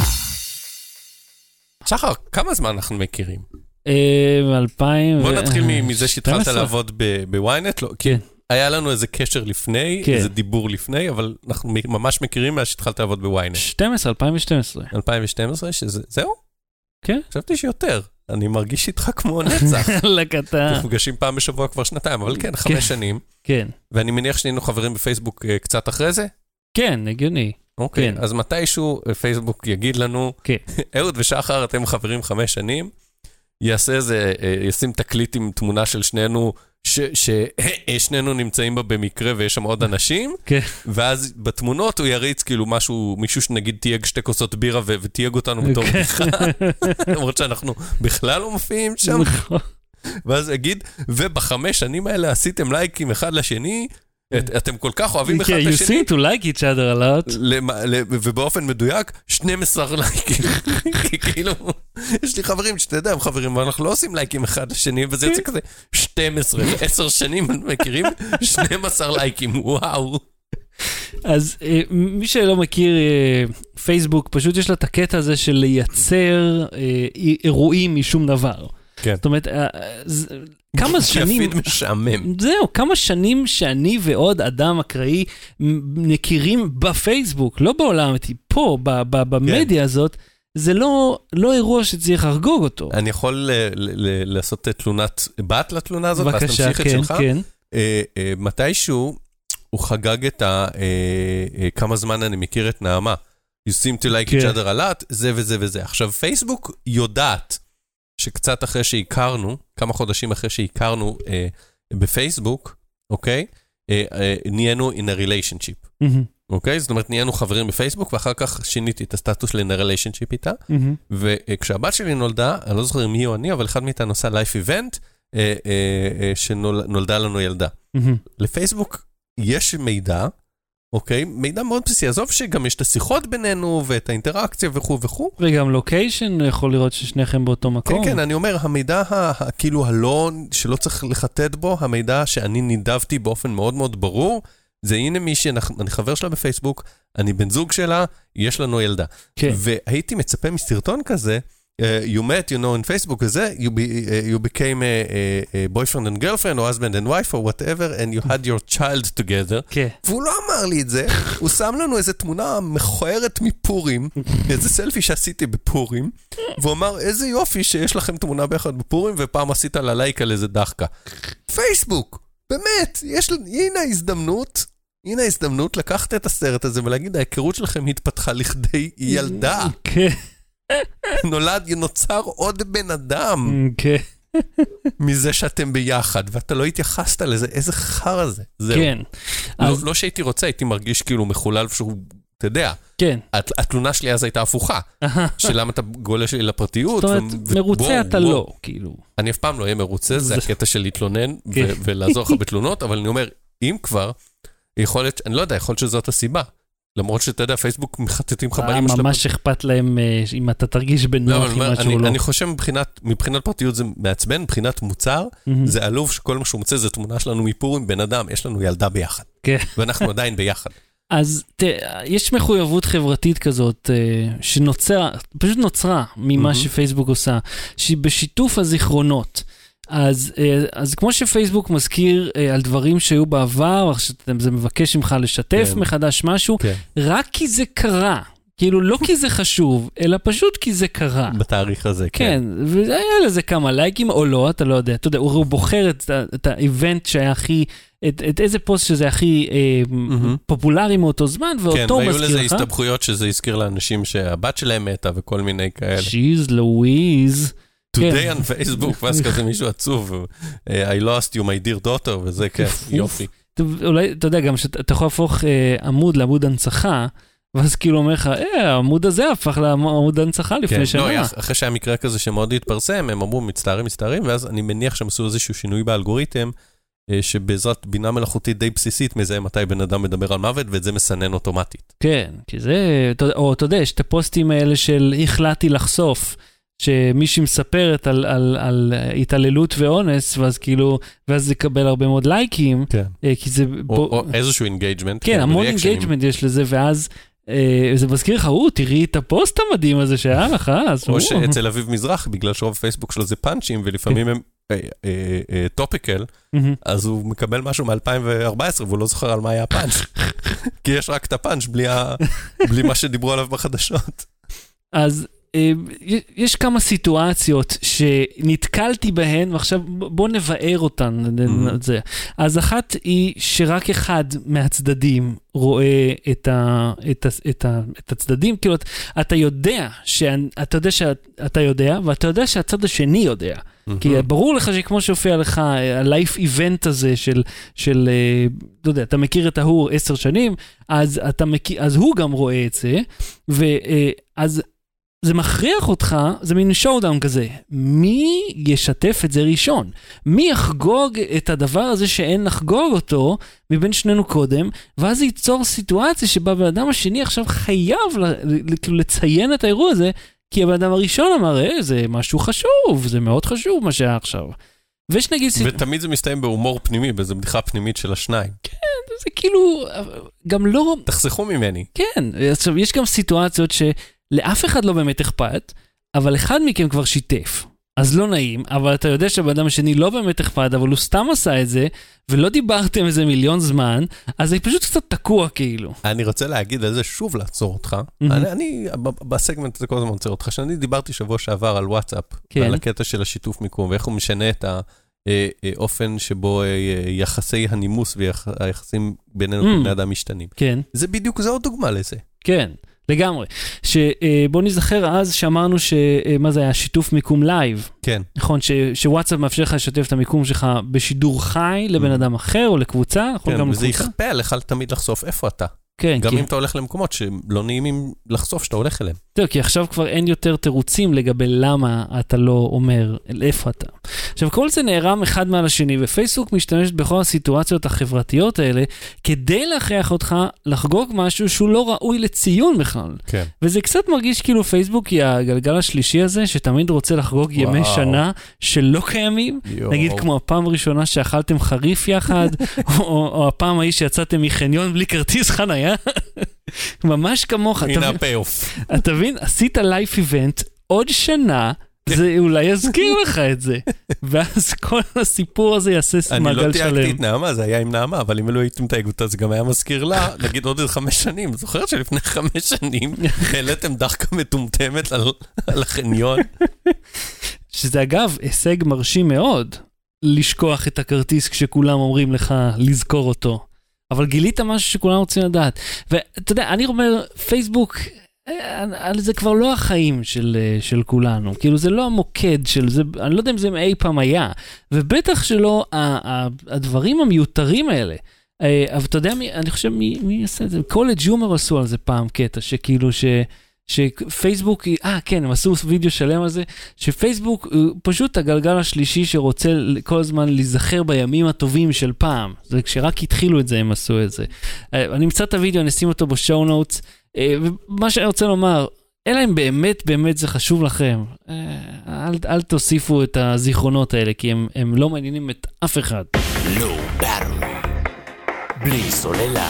שחר, כמה זמן אנחנו מכירים? 2000... בוא נתחיל מזה שהתחלת לעבוד בוויינט, כן. היה לנו איזה קשר לפני, איזה דיבור לפני, אבל אנחנו ממש מכירים מה שהתחלת לעבוד בוויינט. 2012. 2012, זהו? כן. חשבתי שיותר. אני מרגיש איתך כמו נצח. לקטה. אנחנו מפגשים פעם בשבוע כבר שנתיים, אבל כן, 5 שנים. כן. ואני מניח שנהיינו חברים בפייסבוק קצת אחרי זה? כן, הגיוני. אוקיי, אז מתישהו פייסבוק יגיד לנו, אהוד ושחר, אתם חברים 5 שנים, ישים תקליט עם תמונה של שנינו, ששנינו נמצאים בה במקרה ויש שם עוד אנשים, ואז בתמונות הוא יריץ כאילו מישהו שנגיד תייג 2 כוסות בירה ותייג אותנו בתור בדיחה, למרות שאנחנו בכלל לא מופיעים שם, ואז יגיד, וב5 שנים האלה עשיתם לייקים אחד לשני, אתם כל כך אוהבים אחד את השני. You seem to like each other a lot. ובאופן מדויק, 12 לייקים. כאילו, יש לי חברים שאתה יודע, הם חברים, ואנחנו לא עושים לייקים אחד לשני, וזה יוצא כזה 12, 10 שנים מכירים, 12 לייקים, וואו. אז מי שלא מכיר פייסבוק, פשוט יש לה את הקטע הזה של לייצר אירועים משום דבר. כן. זאת אומרת, כמה שנים... יפיד משעמם. זהו, כמה שנים שאני ועוד אדם אקראי מכירים בפייסבוק, לא בעולם, פה, במדיה הזאת, זה לא אירוע שצריך לחגוג אותו. אני יכול לעשות תלונת בת לתלונה הזאת? בבקשה, כן, כן. מתישהו הוא חגג את כמה זמן אני מכיר את נעמה. You seem to like each other a lot, זה וזה וזה. עכשיו, פייסבוק יודעת שקצת אחרי שהכרנו, כמה חודשים אחרי שהכרנו בפייסבוק, אוקיי? נהיינו in a relationship. אוקיי? זאת אומרת, נהיינו חברים בפייסבוק, ואחר כך שיניתי את הסטטוס ל-in a relationship איתה, וכשהבת שלי נולדה, אני לא זוכר מי או אני, אבל אחד מאיתנו עושה life event, שנולדה לנו ילדה. לפייסבוק יש מידע, אוקיי? מידע מאוד בסיסי, עזוב שגם יש את השיחות בינינו, ואת האינטראקציה וכו' וכו'. וגם לוקיישן יכול לראות ששניכם באותו מקום. כן, כן, אני אומר, המידע כאילו הלא, שלא צריך לחטט בו, המידע שאני נידבתי באופן מאוד מאוד ברור, זה הנה מישהי, אני חבר שלה בפייסבוק, אני בן זוג שלה, יש לנו ילדה. כן. והייתי מצפה מסרטון כזה, you met, you know, in Facebook, וזה, you became a boyfriend and girlfriend, or husband and wife, or whatever, and you had your child together. כן. והוא לא אמר לי את זה, הוא שם לנו איזו תמונה מכוערת מפורים, איזה סלפי שעשיתי בפורים, והוא אמר, איזה יופי שיש לכם תמונה ביחד בפורים, ופעם עשית לה לייק על איזה דחקה. פייסבוק, באמת, הנה ההזדמנות לקחת את הסרט הזה, ולהגיד, ההיכרות שלכם התפתחה לכדי ילדה. כן. נוצר עוד בן אדם מזה שאתם ביחד, ואתה לא התייחסת לזה, איזה חר זה. כן. לא שהייתי רוצה, הייתי מרגיש כאילו מחולל, אתה יודע, התלונה שלי אז הייתה הפוכה, שלמה אתה גולה שלי לפרטיות. זאת אומרת, מרוצה אתה לא, כאילו. אני אף פעם לא אהיה מרוצה, זה הקטע של להתלונן ולעזור לך בתלונות, אבל אני אומר, אם כבר, יכול להיות, אני לא יודע, יכול להיות שזאת הסיבה. למרות שאתה יודע, פייסבוק מחטטים חברים. ממש אכפת להם אם אתה תרגיש בנוח עם משהו לא. אני חושב מבחינת פרטיות זה מעצבן, מבחינת מוצר, זה עלוב שכל מה שהוא מוצא זה תמונה שלנו מפור עם בן אדם, יש לנו ילדה ביחד. ואנחנו עדיין ביחד. אז יש מחויבות חברתית כזאת, פשוט נוצרה ממה שפייסבוק עושה, שהיא בשיתוף הזיכרונות. אז כמו שפייסבוק מזכיר על דברים שהיו בעבר, זה מבקש ממך לשתף מחדש משהו, רק כי זה קרה, כאילו לא כי זה חשוב, אלא פשוט כי זה קרה. בתאריך הזה, כן. והיה לזה כמה לייקים או לא, אתה לא יודע, הוא בוחר את האיבנט שהיה הכי את איזה פוסט שזה הכי פופולרי מאותו זמן, ואותו מזכיר לך. כן, והיו לזה הסתבכויות שזה הזכיר לאנשים שהבת שלהם מתה וכל מיני כאלה. Jeez Louise. Today on Facebook, ואז כזה מישהו עצוב, I lost you my dear daughter, וזה כן, יופי. אולי, אתה יודע, גם שאתה יכול להפוך עמוד לעמוד הנצחה, ואז כאילו אומר לך, העמוד הזה הפך לעמוד הנצחה לפני שנה. לא, אחרי שהיה מקרה כזה שמאוד התפרסם, הם אמרו מצטערים, ואז אני מניח שהם עשו איזשהו שינוי באלגוריתם, שבעזרת בינה מלאכותית די בסיסית, מזה מתי בן אדם מדבר על מוות, ואת זה מסנן אוטומטית. כן, כי זה, או אתה יודע, יש את הפוסטים האלה של החלטתי לחשוף, שמישהי מספרת על התעללות ואונס, ואז כאילו, ואז זה יקבל הרבה מאוד לייקים, כי זה... או איזשהו אינגייג'מנט. כן, המון אינגייג'מנט יש לזה, ואז זה מזכיר לך, תראי את הפוסט המדהים הזה שהיה לך, או שאצל אביב מזרח, בגלל שרוב פייסבוק שלו זה פאנצ'ים, ולפעמים הם טופיקל, אז הוא מקבל משהו מ-2014, והוא לא זוכר על מה היה הפאנץ', כי יש רק את הפאנץ' בלי מה שדיברו עליו בחדשות. אז יש כמה סיטואציות שנתקלתי בהן, ועכשיו בוא נבאר אותן. אז אחת היא שרק אחד מהצדדים רואה את הצדדים, כאילו אתה יודע שאתה יודע, ואתה יודע שהצד השני יודע. כי ברור לך שכמו שהופיע לך ה-life event הזה של, לא יודע, אתה מכיר את ההוא 10 שנים, אז הוא גם רואה את זה, ואז זה מכריח אותך, זה מין שואודאון כזה, מי ישתף את זה ראשון? מי יחגוג את הדבר הזה שאין לחגוג אותו מבין שנינו קודם, ואז זה ייצור סיטואציה שבה באדם השני עכשיו חייב לציין את האירוע הזה, כי הבן אדם הראשון אמר, זה משהו חשוב, זה מאוד חשוב מה שהיה עכשיו. ותמיד זה מסתיים בהומור פנימי, באיזו בדיחה פנימית של השניים. כן, זה כאילו, גם לא... תחסכו ממני. כן, עכשיו יש גם סיטואציות שלאף אחד לא באמת אכפת, אבל אחד מכם כבר שיתף. אז לא נעים, אבל אתה יודע שהבן השני לא באמת אכפת, אבל הוא סתם עשה את זה, ולא דיברתם איזה מיליון זמן, אז זה פשוט קצת תקוע כאילו. אני רוצה להגיד על זה שוב לעצור אותך. אני בסגמנט הזה כל הזמן עוצר אותך, שאני דיברתי שבוע שעבר על וואטסאפ, ועל הקטע של השיתוף מיקום, ואיך הוא משנה את האופן שבו יחסי הנימוס והיחסים בינינו כבני אדם משתנים. כן. זה בדיוק, זה עוד דוגמה לזה. כן. לגמרי. שבוא נזכר אז שאמרנו שמה זה היה? שיתוף מיקום לייב. כן. נכון, שוואטסאפ מאפשר לך לשתף את המיקום שלך בשידור חי לבן אדם אחר או לקבוצה. כן, וזה יכפה עליך תמיד לחשוף איפה אתה. כן, גם אם אתה הולך למקומות שלא נעימים לחשוף שאתה הולך אליהם. טוב, כי עכשיו כבר אין יותר תירוצים לגבי למה אתה לא אומר איפה אתה. עכשיו, כל זה נערם אחד מעל השני, ופייסבוק משתמשת בכל הסיטואציות החברתיות האלה, כדי להכריח אותך לחגוג משהו שהוא לא ראוי לציון בכלל. כן. וזה קצת מרגיש כאילו פייסבוק היא הגלגל השלישי הזה, שתמיד רוצה לחגוג ימי שנה שלא קיימים. נגיד כמו הפעם הראשונה שאכלתם חריף יחד, או הפעם ההיא שיצאתם מחניון בלי כרטיס חניה. ממש כמוך. הנה הפי-אוף. אתה מבין? עשית לייף איבנט עוד שנה, זה אולי יזכיר לך את זה. ואז כל הסיפור הזה יעשה מעגל שלם. אני לא תייגתי את נעמה, זה היה עם נעמה, אבל אם לא הייתם תייגו אותה, זה גם היה מזכיר לה, נגיד עוד 5 שנים. זוכרת שלפני 5 שנים, העליתם דחקה מטומטמת על החניון? שזה אגב, הישג מרשים מאוד, לשכוח את הכרטיס כשכולם אומרים לך לזכור אותו. אבל גילית משהו שכולם רוצים לדעת. ואתה יודע, אני אומר, פייסבוק, זה כבר לא החיים של כולנו. כאילו, זה לא המוקד של זה, אני לא יודע אם זה אי פעם היה. ובטח שלא, הדברים המיותרים האלה. אבל אתה יודע, אני חושב, מי עשה את זה? קולג' יומר עשו על זה פעם קטע, שכאילו שפייסבוק, כן, הם עשו וידאו שלם על זה, שפייסבוק פשוט הגלגל השלישי שרוצה כל הזמן להיזכר בימים הטובים של פעם. זה כשרק התחילו את זה, הם עשו את זה. אני אמצא את הוידאו, אני אשים אותו בשואו נוטס, ומה שאני רוצה לומר, אלא אם באמת זה חשוב לכם, אל תוסיפו את הזיכרונות האלה, כי הם לא מעניינים את אף אחד. לא ברור. בלי סוללה.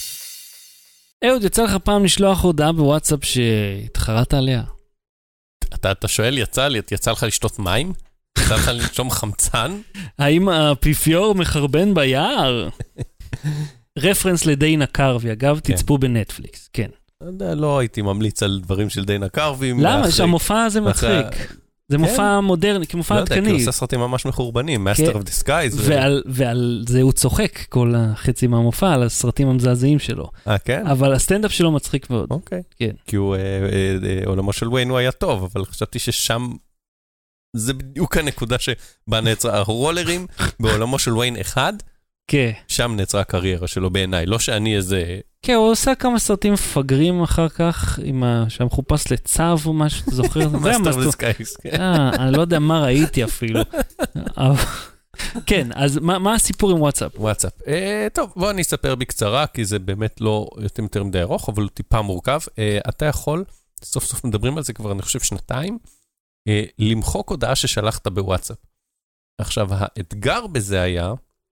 אהוד, יצא לך פעם לשלוח הודעה בוואטסאפ שהתחרט עליה? אתה שואל, יצא לך לשתות מים? יצא לך לנשום חמצן? האם האפיפיור מחרבן ביער? רפרנס לדיינה קרווי, אגב, תצפו בנטפליקס, כן. לא הייתי ממליץ על דברים של דיינה קרווי. למה? שהמופע הזה מצחיק. זה מופע מודרני, כמופע לא יודע, כי עדכני. הוא עושה סרטים ממש מחורבנים, Master of Disguise. ועל זה הוא צוחק כל החצי מהמופע, על הסרטים המזעזעים שלו. כן? אבל הסטנדאפ שלו מצחיק מאוד. אוקיי. כן. כי הוא, עולמו של וויין הוא היה טוב, אבל חשבתי ששם, זה בדיוק הנקודה שבה נעצרה הרולרים, בעולמו של וויין אחד, כן. שם נעצרה הקריירה שלו בעיניי, לא שאני איזה... כן, הוא עושה כמה סרטים מפגרים אחר כך, שם חופש לצו או משהו, אתה זוכר? Master of Disguise, כן. אני לא יודע מה ראיתי אפילו. כן, אז מה הסיפור עם וואטסאפ? וואטסאפ. טוב, בוא אני אספר בקצרה, כי זה באמת לא יותר מדי ארוך, אבל הוא טיפה מורכב. אתה יכול, סוף סוף מדברים על זה כבר, אני חושב, 2 למחוק הודעה ששלחת בוואטסאפ. עכשיו, האתגר בזה היה,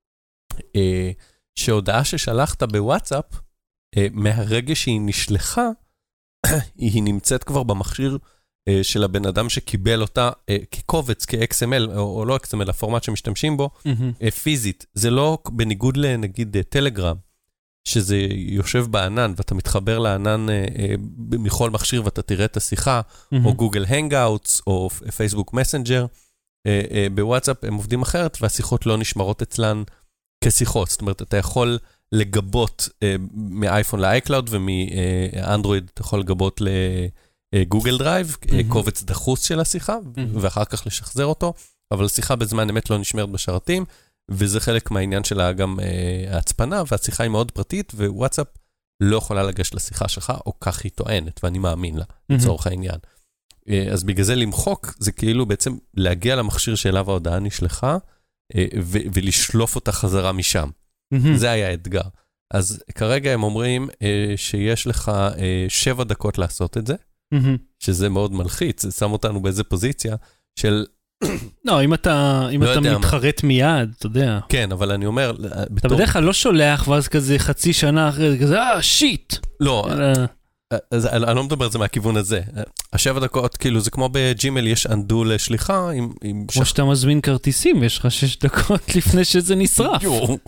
שהודעה ששלחת בוואטסאפ, מהרגע שהיא נשלחה, היא נמצאת כבר במכשיר של הבן אדם שקיבל אותה כקובץ, כ-XML, או לא XML, הפורמט שמשתמשים בו, פיזית. זה לא בניגוד לנגיד טלגרם, שזה יושב בענן, ואתה מתחבר לענן מכל מכשיר, ואתה תראה את השיחה, או גוגל הנגאוטס, או פייסבוק מסנג'ר. בוואטסאפ הם עובדים אחרת, והשיחות לא נשמרות אצלן כשיחות. זאת אומרת, אתה יכול לגבות מאייפון לאייקלאוד, ומאנדרואיד אתה יכול לגבות לגוגל דרייב, קובץ דחוס של השיחה, ואחר כך לשחזר אותו, אבל השיחה בזמן אמת לא נשמרת בשרתים, וזה חלק מהעניין שלה גם ההצפנה, והשיחה היא מאוד פרטית, ווואטסאפ לא יכולה לגשת לשיחה שלך, או כך היא טוענת, ואני מאמין לה, לצורך העניין. אז בגלל זה למחוק, זה כאילו בעצם להגיע למכשיר שאליו ההודעה נשלחה, ולשלוף אותה חזרה משם. זה היה האתגר. אז כרגע הם אומרים שיש לך 7 דקות לעשות את זה, שזה מאוד מלחיץ, זה שם אותנו באיזה פוזיציה של... לא, אם אתה מתחרט מיד, אתה יודע. כן, אבל אני אומר... אתה בדרך כלל לא שולח, ואז כזה חצי שנה אחרי, כזה, שיט. לא, אני לא מדבר את זה מהכיוון הזה. 7 דקות, כאילו, זה כמו בג'ימל, יש אנדו לשליחה. כמו שאתה מזמין כרטיסים, יש לך 6 דקות לפני שזה נשרף.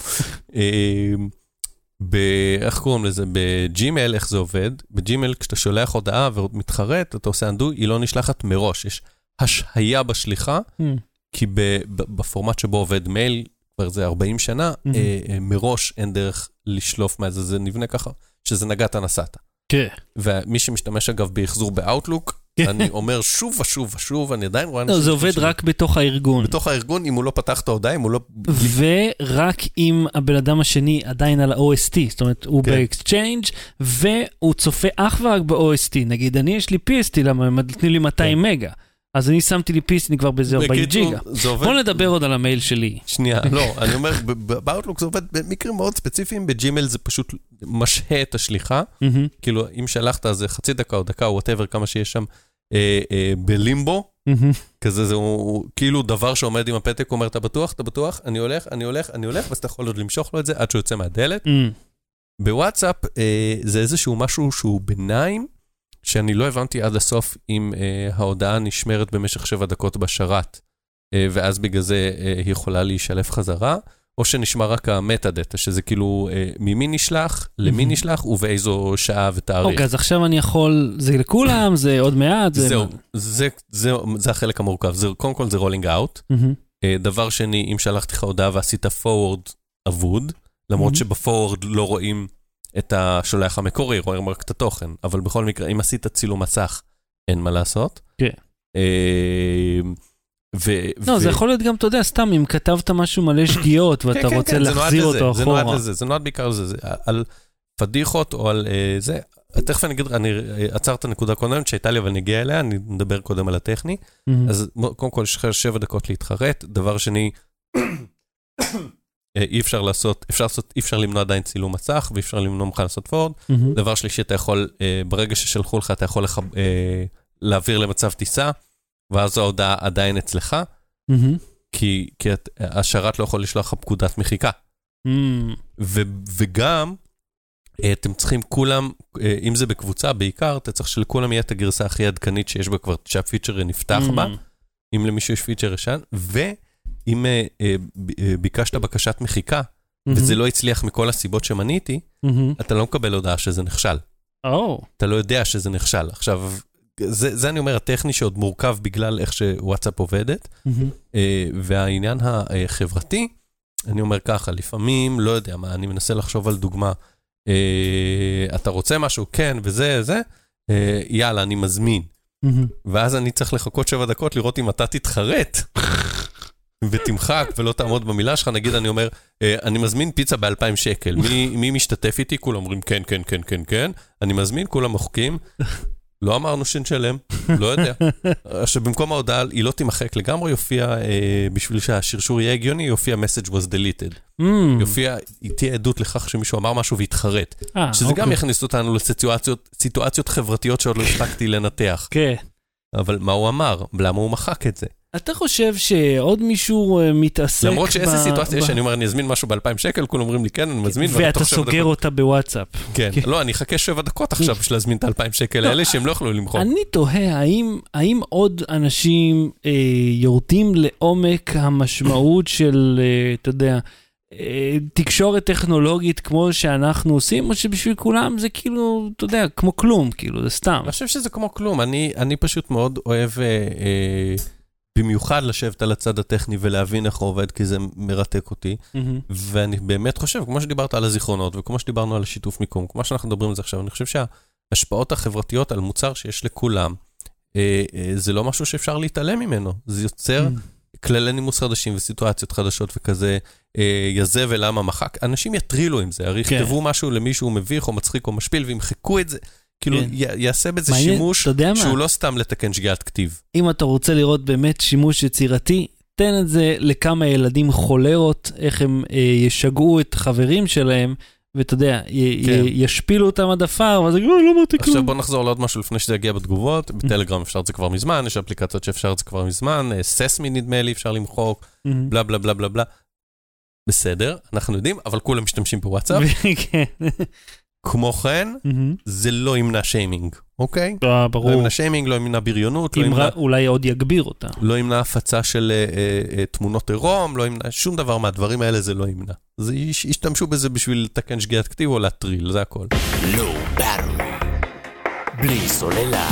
איך קוראים לזה? בג'ימל, איך זה עובד? בג'ימל, כשאתה שולח הודעה ומתחרט, אתה עושה אנדו, היא לא נשלחת מראש. יש השהיה בשליחה, כי בפורמט שבו עובד מייל, כבר זה 40 שנה, מראש אין דרך לשלוף מה זה, זה נבנה ככה, שזה נגעת נסעת. כן. ומי שמשתמש אגב בהחזור באוטלוק, אני אומר שוב ושוב ושוב, אני עדיין רואה... לא, זה עובד רק בתוך הארגון. בתוך הארגון, אם הוא לא פתח את ההודעה, אם הוא לא... ורק אם הבן אדם השני עדיין על ה-OST, זאת אומרת, הוא ב-Exchange, והוא צופה אך ורק ב-OST. נגיד, יש לי PST, למה הם נתנו לי 200 מגה. אז אני שמתי לי PST, אני כבר באיזה 40 ג'יגה. בוא נדבר עוד על המייל שלי. שנייה, לא, אני אומר, באוטלוק זה עובד במקרים מאוד ספציפיים, בג'ימל זה פשוט משהה את השליחה, כאילו, אם שלחת אז זה חצי דקה או דקה, או whatever, כמה שיש שם בלימבו, כזה זה כאילו דבר שעומד עם הפתק, אומר, אתה בטוח, אתה בטוח, אני הולך, ואז אתה יכול עוד למשוך לו את זה, עד שהוא יוצא מהדלת. בוואטסאפ זה איזשהו משהו שהוא ביניים, שאני לא הבנתי עד הסוף אם ההודעה נשמרת במשך 7 דקות בשרת, ואז בגלל זה היא יכולה להישלף חזרה, או שנשמע רק המטה-דאטה, שזה כאילו ממי נשלח, למי נשלח, ובאיזו שעה ותאריך. אוקיי, אז עכשיו אני יכול, זה לכולם, זה עוד מעט. זהו, זה החלק המורכב. קודם כל זה רולינג אאוט. דבר שני, אם שלחתי לך הודעה ועשית forward אבוד, למרות שבפורוורד לא רואים את השולח המקורי, רואים רק את התוכן, אבל בכל מקרה, אם עשית צילום מסך, אין מה לעשות. כן. לא, זה יכול להיות גם, אתה יודע, סתם, אם כתבת משהו מלא שגיאות, ואתה רוצה להחזיר אותו אחורה. זה נועד בעיקר לזה, על פדיחות או על זה. תכף אני אגיד, אני עצר את הנקודה קודמת שהייתה לי, אבל נגיע אליה, אני מדבר קודם על הטכני. אז קודם כל, יש לך 7 דקות להתחרט. דבר שני, אי אפשר למנוע עדיין צילום מסך, ואי אפשר למנוע ממך לעשות פורד. דבר שלישי, אתה יכול, ברגע ששלחו לך, אתה יכול להעביר למצב טיסה, ואז ההודעה עדיין אצלך, כי השרת לא יכול לשלוח לך פקודת מחיקה. וגם, אתם צריכים כולם, אם זה בקבוצה בעיקר, אתה צריך שלכולם יהיה את הגרסה הכי עדכנית שיש בה כבר, שהפיצ'ר נפתח בה, אם למישהו יש פיצ'ר ישן, ואם ביקשת בקשת מחיקה, וזה לא הצליח מכל הסיבות שמניתי, אתה לא מקבל הודעה שזה נכשל. אתה לא יודע שזה נכשל. עכשיו, זה אני אומר, הטכני שעוד מורכב בגלל איך שוואטסאפ עובדת, והעניין החברתי, אני אומר ככה, לפעמים, לא יודע מה, אני מנסה לחשוב על דוגמה, אתה רוצה משהו, כן, וזה, יאללה, אני מזמין. ואז אני צריך לחכות 7 דקות לראות אם אתה תתחרט, ותמחק ולא תעמוד במילה שלך, נגיד אני אומר, אני מזמין פיצה ב2,000 שקל, מי משתתף איתי? כולם אומרים כן, כן, כן, כן, כן, אני מזמין, כולם מוחקים, לא אמרנו שנשלם, לא יודע. שבמקום ההודעה היא לא תימחק לגמרי, יופיע, בשביל שהשרשור יהיה הגיוני, יופיע message was deleted. יופיע, תהיה עדות לכך שמישהו אמר משהו והתחרט. שזה גם יכניס אותנו לסיטואציות חברתיות שעוד לא הספקתי לנתח. כן. אבל מה הוא אמר? למה הוא מחק את זה? אתה חושב שעוד מישהו מתעסק למרות שאיזה סיטואציה שאני אומר, אני אזמין משהו ב2,000 שקל, כולם אומרים לי כן, אני מזמין. ואתה סוגר אותה בוואטסאפ. כן, לא, אני אחכה 7 דקות עכשיו בשביל להזמין את 2,000 שקל האלה, שהם לא יכולו למחוק. אני תוהה, האם עוד אנשים יורדים לעומק המשמעות של, אתה יודע, תקשורת טכנולוגית כמו שאנחנו עושים, או שבשביל כולם זה כאילו, אתה יודע, כמו כלום, כאילו, זה סתם. אני חושב שזה כמו כלום, אני פשוט מאוד אוהב במיוחד לשבת על הצד הטכני ולהבין איך הוא עובד, כי זה מרתק אותי, ואני באמת חושב, כמו שדיברת על הזיכרונות, וכמו שדיברנו על השיתוף מיקום, כמו שאנחנו מדברים על זה עכשיו, אני חושב שההשפעות החברתיות על מוצר שיש לכולם, זה לא משהו שאפשר להתעלם ממנו, זה יוצר כללי נימוס חדשים וסיטואציות חדשות וכזה, יזה ולמה מחק, אנשים יטרילו עם זה, הרי יכתבו משהו למישהו מביך או מצחיק או משפיל, וימחקו את זה, כאילו יעשה בזה שימוש שהוא לא סתם לתקן שגיאת כתיב. אם אתה רוצה לראות באמת שימוש יצירתי, תן את זה לכמה ילדים חולרות, איך הם ישגעו את חברים שלהם, ואתה יודע, ישפילו אותם עד אפר, ואז יגידו, לא אמרתי כלום. עכשיו בוא נחזור לעוד משהו לפני שזה יגיע בתגובות, בטלגרם אפשר את זה כבר מזמן, יש אפליקציות שאפשר את זה כבר מזמן, ססמי נדמה לי אפשר למחוק, בלה בלה בלה בלה בלה. בסדר, אנחנו יודעים, אבל כולם משתמשים בוואטסאפ. כמו כן, זה לא ימנע שיימינג, אוקיי? ברור. לא ימנע שיימינג, לא ימנע בריונות. אולי עוד יגביר אותה. לא ימנע הפצה של תמונות עירום, לא ימנע שום דבר מהדברים האלה, זה לא ימנע. ישתמשו בזה בשביל לתקן שגיאת כתיב או להטריל, זה הכל. Low Battery, בלי סוללה.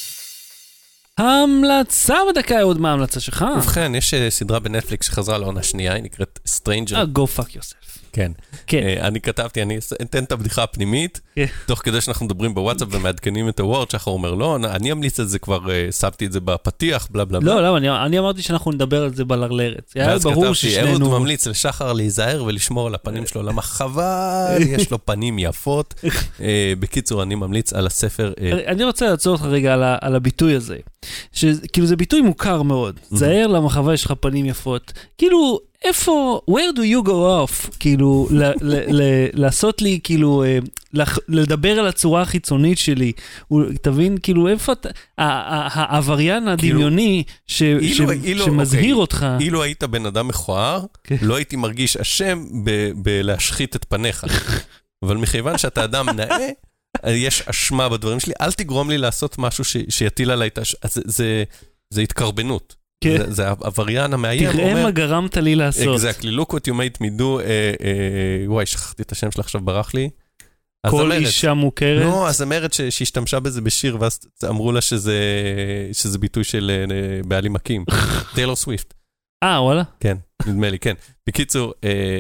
המלצה בדקה, עוד מה ההמלצה שלך? ובכן, יש סדרה בנטפליקס שחזרה לעונה שנייה, היא נקראת Stranger. Go fuck yourself. כן. אני כתבתי, אני אתן את הבדיחה הפנימית, תוך כדי שאנחנו מדברים בוואטסאפ ומעדכנים את הוורד, שחר אומר, לא, אני אמליץ את זה כבר, שמתי את זה בפתיח, בלה בלה בלה. לא, אני אמרתי שאנחנו נדבר על זה בלרלרת. ואז כתבתי, אהוד ממליץ לשחר להיזהר ולשמור על הפנים שלו, למה חבל, יש לו פנים יפות. בקיצור, אני ממליץ על הספר. אני רוצה לעצור אותך רגע על הביטוי הזה, כאילו זה ביטוי מוכר מאוד, זהר למחווה יש לך פנים יפות, כאילו, איפה, where do you go off, כאילו, לעשות לי, כאילו, לדבר על הצורה החיצונית שלי, תבין, כאילו, איפה, העבריין הדמיוני שמזהיר אותך. אילו היית בן אדם מכוער, לא הייתי מרגיש אשם בלהשחית את פניך, אבל מכיוון שאתה אדם נאה, יש אשמה בדברים שלי, אל תגרום לי לעשות משהו שיטיל עליי, זה התקרבנות. זה העבריין המאיים. תראה מה גרמת לי לעשות. Exactly, look what you made me do. וואי, שכחתי את השם שלך עכשיו, ברח לי. כל אישה מוכרת. לא, הזמרת שהשתמשה בזה בשיר, ואז אמרו לה שזה ביטוי של בעלי מקים. טיילור סוויפט. וואלה? כן, נדמה לי, כן. בקיצור,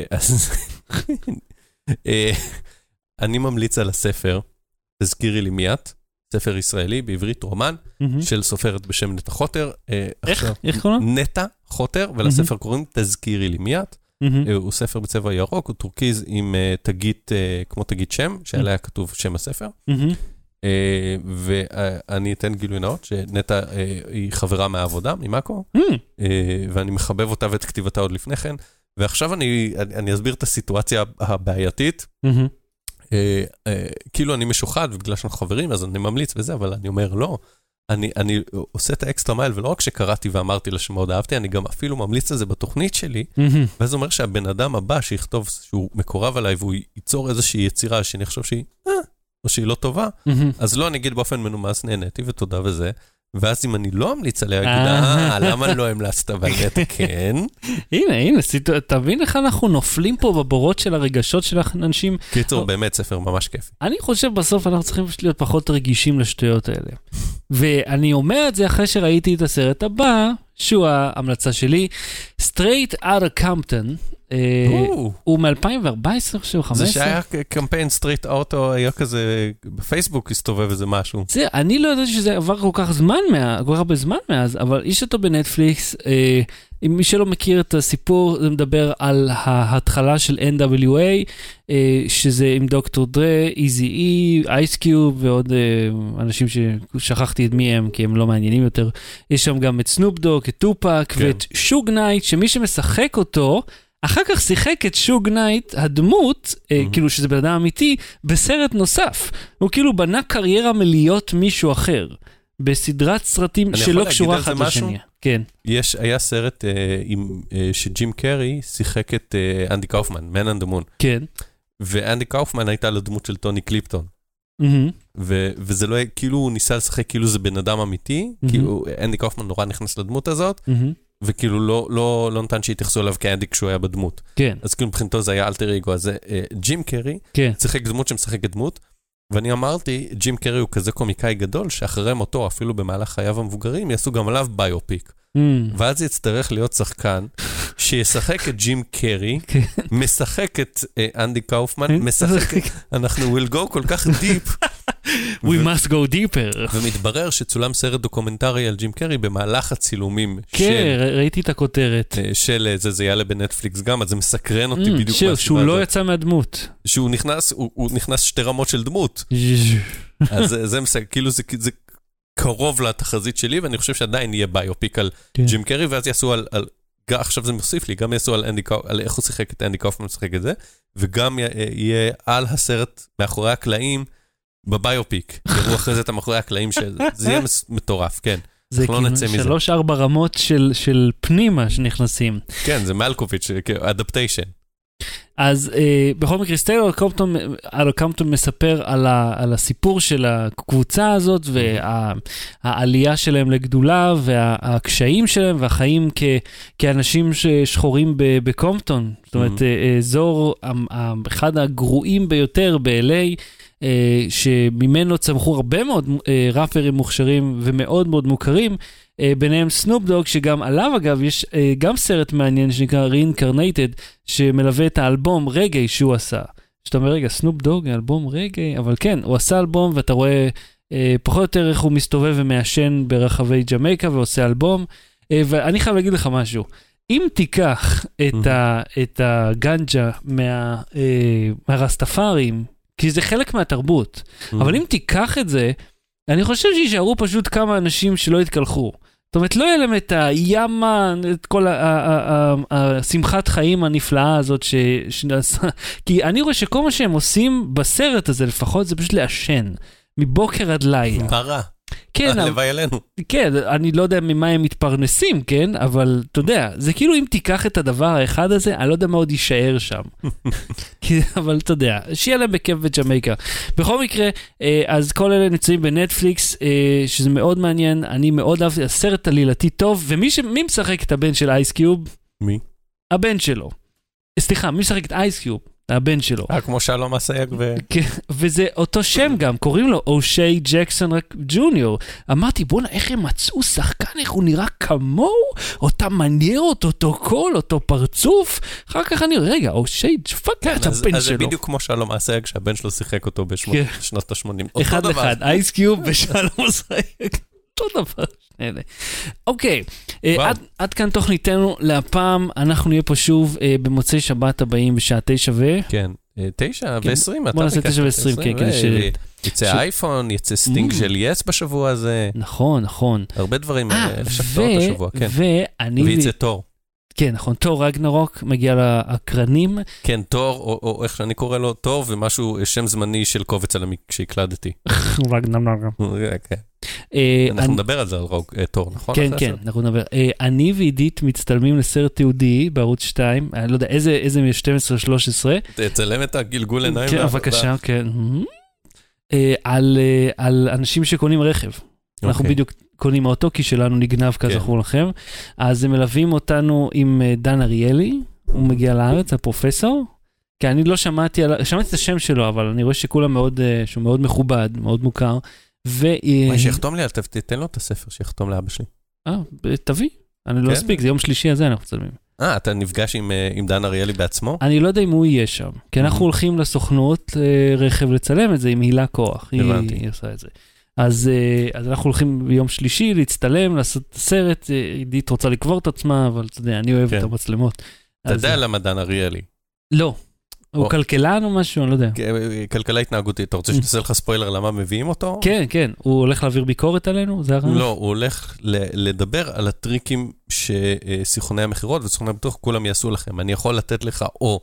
אני ממליץ על הספר, תזכירי לי מי את, ספר ישראלי, בעברית רומן, של סופרת בשם נטע חוטר. איך קוראים? נטע חוטר, ולספר קוראים תזכירי לי מי את. הוא ספר בצבע ירוק, הוא טורקיז עם תגית, כמו תגית שם, שעליה כתוב שם הספר. ואני אתן גילוי נאות, שנטע היא חברה מהעבודה, ממאקו, ואני מחבב אותה ואת כתיבתה עוד לפני כן, ועכשיו אני אסביר את הסיטואציה הבעייתית, כאילו אני משוחד, ובגלל שאנחנו חברים, אז אני ממליץ וזה, אבל אני אומר לא, אני עושה את האקסטרה מייל, ולא רק שקראתי ואמרתי לה שמאוד אהבתי, אני גם אפילו ממליץ לזה בתוכנית שלי, ואז אומר שהבן אדם הבא שיכתוב שהוא מקורב עליי, והוא ייצור איזושהי יצירה שאני חושב שהיא, או שהיא לא טובה, אז לא, אני אגיד באופן מנומס, נהניתי ותודה וזה, ואז אם אני לא אמליץ עליה, אגיד, למה לא המלצת בלט, כן? הנה, תבין איך אנחנו נופלים פה בבורות של הרגשות של האנשים. קיצור, באמת ספר ממש כיפי. אני חושב בסוף אנחנו צריכים להיות פחות רגישים לשטויות האלה. ואני אומר את זה אחרי שראיתי את הסרט הבא, שהוא ההמלצה שלי, Straight Outta Compton, הוא מ-2014 עכשיו, 15. זה שהיה קמפיין סטריט אוטו, היה כזה, בפייסבוק הסתובב איזה משהו. זה, אני לא יודעת שזה עבר כל כך הרבה זמן מאז, אבל יש אותו בנטפליקס, אם מי שלא מכיר את הסיפור, זה מדבר על ההתחלה של NWA, שזה עם דוקטור דרה, איזי-E, אייס-קיוב, ועוד אנשים ששכחתי את מי הם, כי הם לא מעניינים יותר. יש שם גם את סנופ דוג, את טופק, ואת שוג נייט, שמי שמשחק אותו, אחר כך שיחק את שוג נייט, הדמות, כאילו שזה בן אדם אמיתי, בסרט נוסף. הוא כאילו בנה קריירה מלהיות מישהו אחר, בסדרת סרטים שלא קשורה אחת לשנייה. כן. היה סרט שג'ים קרי שיחק את אנדי קאופמן, Man on the Moon. כן. ואנדי קאופמן הייתה לו דמות של טוני קליפטון. וזה לא, כאילו הוא ניסה לשחק כאילו זה בן אדם אמיתי, כאילו אנדי קאופמן נורא נכנס לדמות הזאת, וכאילו לא נתן שיתייחסו אליו כאנדי כשהוא היה בדמות. כן. אז כאילו מבחינתו זה היה אלטר אגו, אז ג'ים קרי שיחק דמות שמשחקת דמות, ואני אמרתי, ג'ים קרי הוא כזה קומיקאי גדול, שאחרי מותו, אפילו במהלך חייו המבוגרים, יעשו גם עליו ביופיק. ואז יצטרך להיות שחקן, שישחק את ג'ים קרי, משחק את אנדי קאופמן, משחק, אנחנו will go כל כך דיפ. We must go deeper. ומתברר שצולם סרט דוקומנטרי על ג'ים קרי, במהלך הצילומים כן, ראיתי את הכותרת. של זה יעלה בנטפליקס גם, אז זה מסקרן אותי בדיוק. שהוא לא יצא מהדמות. שהוא נכנס שתי רמות של דמות. אז זה מסק, כאילו זה קרוב לתחזית שלי, ואני חושב שעדיין יהיה ביופיק על ג'ים קרי, ואז יעשו על, עכשיו זה מוסיף לי, גם יעשו על איך הוא שיחק את אנדי קאופמן משחק את זה, וגם יהיה על הסרט מאחורי הקלעים, בביופיק, יראו אחרי זה את המאחורי הקלעים, שזה יהיה מטורף, כן. זה כאילו 3-4 רמות של פנימה שנכנסים. כן, זה מלקוביץ', אדפטיישן. אז בכל מקרה, סטיילר קומפטון מספר על הסיפור של הקבוצה הזאת, והעלייה שלהם לגדולה, והקשיים שלהם, והחיים כאנשים שחורים בקומפטון. זאת אומרת, אזור אחד הגרועים ביותר ב-LA, שממנו צמחו הרבה מאוד ראפרים מוכשרים ומאוד מאוד מוכרים, ביניהם סנופ דוג, שגם עליו אגב יש גם סרט מעניין שנקרא Reincarnated, שמלווה את האלבום רגעי שהוא עשה. שאתה אומר רגע, סנופ דוג, אלבום רגעי, אבל כן, הוא עשה אלבום ואתה רואה פחות או יותר איך הוא מסתובב ומעשן ברחבי ג'מייקה ועושה אלבום, ואני חייב להגיד לך משהו, אם תיקח את הגנג'ה מהרסטפארים, כי זה חלק מהתרבות, אבל אם תיקח את זה, אני חושב שישארו פשוט כמה אנשים שלא יתקלחו. זאת אומרת, לא יהיה להם את הימן, את כל השמחת חיים הנפלאה הזאת שנעשה. כי אני רואה שכל מה שהם עושים בסרט הזה לפחות, זה פשוט לעשן. מבוקר עד לילה. מרה. כן, הלוואי עלינו. כן, אני לא יודע ממה הם מתפרנסים, כן? אבל אתה יודע, זה כאילו אם תיקח את הדבר האחד הזה, אני לא יודע מה עוד יישאר שם. אבל אתה יודע, שיהיה להם בכיף בג'מייקה. בכל מקרה, אז כל אלה נמצאים בנטפליקס, שזה מאוד מעניין, אני מאוד אהבתי, הסרט עלילתי טוב, ומי משחק את הבן של אייס-קיוב? מי? הבן שלו. סליחה, מי משחק את אייס-קיוב? הבן שלו. כמו שלום אסייג וזה אותו שם גם, קוראים לו אושי ג'קסון ג'וניור. אמרתי, בוא'נה, איך הם מצאו שחקן, איך הוא נראה כמוהו, אותה מניירות, אותו קול, אותו פרצוף. אחר כך אני, רגע, אושי, פאק את הבן שלו. אז זה בדיוק כמו שלום אסייג, שהבן שלו שיחק אותו בשנות ה-80. אחד לאחד, אייס-קיוב ושלום אסייג. אותו דבר. אוקיי, עד כאן תוכניתנו להפעם, אנחנו נהיה פה שוב במוצאי שבת הבאים בשעה 9 כן, 9 ו-20. בוא נעשה 9 ו-20, כן, כדי יצא אייפון, יצא סטינג של יס בשבוע הזה. נכון, נכון. הרבה דברים שפתות השבוע, כן. ויצא תור. כן, נכון, תור רגנרוק מגיע לאקרנים. כן, תור, או איך שאני קורא לו, תור ומשהו, שם זמני של קובץ על כשהקלדתי. רגנרוק. כן. אנחנו נדבר על זה, על תור, נכון? כן, כן, אנחנו נדבר. אני ועידית מצטלמים לסרט תיעודי בערוץ 2, אני לא יודע, איזה מ-12-13. תצלם את הגלגול עיניים. כן, בבקשה, כן. על אנשים שקונים רכב. אנחנו בדיוק קונים אוטו, כי שלנו נגנב כזכור לכם. אז הם מלווים אותנו עם דן אריאלי, הוא מגיע לארץ, הפרופסור. כי אני לא שמעתי את השם שלו, אבל אני רואה שכולם מאוד, שהוא מאוד מכובד, מאוד מוכר. שיחתום לי, תתן לו את הספר, שיחתום לאבא שלי. תביא, אני לא אספיק, זה יום שלישי הזה אנחנו צלמים. אתה נפגש עם דן אריאלי בעצמו? אני לא יודע אם הוא יהיה שם, כי אנחנו הולכים לסוכנות רכב לצלם את זה עם הילה כוח, היא עושה את זה. אז אנחנו הולכים ביום שלישי להצטלם, לעשות סרט, עידית רוצה לקבור את עצמה, אבל אתה יודע, אני אוהב את המצלמות. אתה יודע למה דן אריאלי? לא. הוא כלכלן או משהו, אני לא יודע. כלכלה התנהגותית, אתה רוצה שתעשה לך ספוילר למה מביאים אותו? כן, כן. הוא הולך להעביר ביקורת עלינו? לא, הוא הולך לדבר על הטריקים שסיכוני המחירות וסיכוני הביטוח כולם יעשו לכם. אני יכול לתת לך או,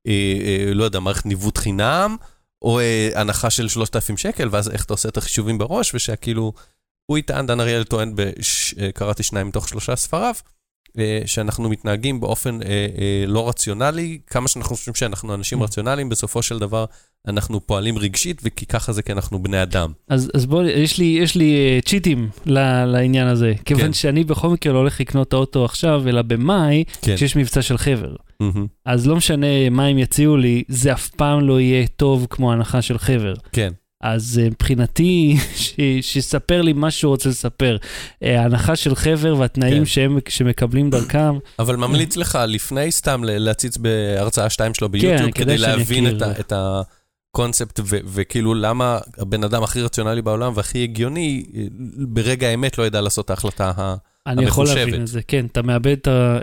לא יודע, מערכת ניווט חינם, או הנחה של 3,000 שקל, ואז איך אתה עושה את החישובים בראש, ושכאילו, הוא יטען, דן אריאלי טוען, קראתי 2 מתוך 3 ספריו, שאנחנו מתנהגים באופן לא רציונלי, כמה שאנחנו חושבים שאנחנו אנשים רציונליים, בסופו של דבר אנחנו פועלים רגשית, וכי ככה זה כי אנחנו בני אדם. אז בוא, יש לי צ'יטים לעניין הזה, כיוון שאני בכל מקרה לא הולך לקנות את האוטו עכשיו, אלא במאי, כשיש מבצע של חבר. אז לא משנה מה הם יציעו לי, זה אף פעם לא יהיה טוב כמו הנחה של חבר. כן. אז מבחינתי, שיספר לי מה שהוא רוצה לספר. ההנחה של חבר והתנאים שמקבלים דרכם. אבל ממליץ לך לפני סתם להציץ בהרצאה 2 שלו ביוטיוב, כדי להבין את הקונספט, וכאילו למה הבן אדם הכי רציונלי בעולם והכי הגיוני, ברגע האמת לא ידע לעשות את ההחלטה המחושבת. אני יכול להבין את זה, כן, אתה מאבד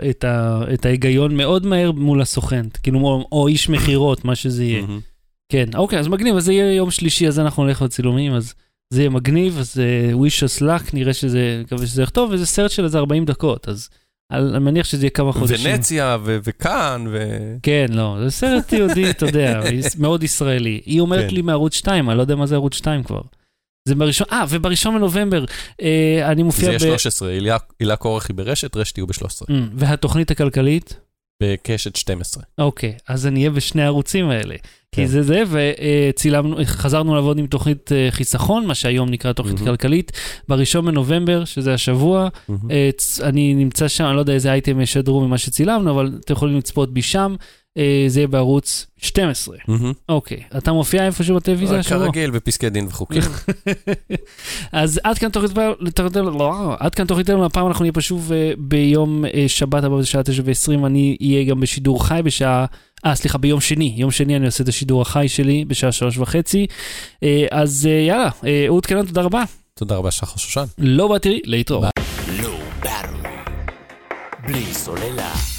את ההיגיון מאוד מהר מול הסוכן, כאילו, או איש מחירות, מה שזה יהיה. כן, אוקיי, אז מגניב, אז זה יהיה יום שלישי, אז אנחנו נלך לצילומים, אז זה יהיה מגניב, אז wish us luck, נראה שזה, מקווה שזה יכתוב, וזה סרט של איזה 40 דקות, אז אני מניח שזה יהיה כמה חודשים. ונציה, וכאן, כן, לא, זה סרט יהודי, אתה יודע, מאוד ישראלי. היא אומרת לי מערוץ 2, אני לא יודע מה זה ערוץ 2 כבר. זה בראשון, ובראשון בנובמבר, אני מופיע זה יהיה 13, הילה כורך היא ברשת, רשת יהיו ב-13. והתוכנית הכלכלית? בקשת 12. אוקיי, אז אני אהיה בשני הערוצים האלה. כי זה, וצילמנו, חזרנו לעבוד עם תוכנית חיסכון, מה שהיום נקרא תוכנית כלכלית, בראשון בנובמבר, שזה השבוע, אני נמצא שם, אני לא יודע איזה אייטם ישדרו ממה שצילמנו, אבל אתם יכולים לצפות בי שם, זה יהיה בערוץ 12. אוקיי, אתה מופיע איפשהו בטלוויזיה השבוע? כרגיל, בפסקי דין וחוקים. אז עד כאן תוכנית לנו, הפעם אנחנו נהיה פשוט ביום שבת הבא בשעה 9:20, אני אהיה גם בשידור חי בשעה, ביום שני. יום שני אני עושה את השידור החי שלי בשעה 3:30. אז יאללה, אהוד קלן, תודה רבה. תודה רבה, שחר שושן. לא באתי, להתראות. בלי סוללה.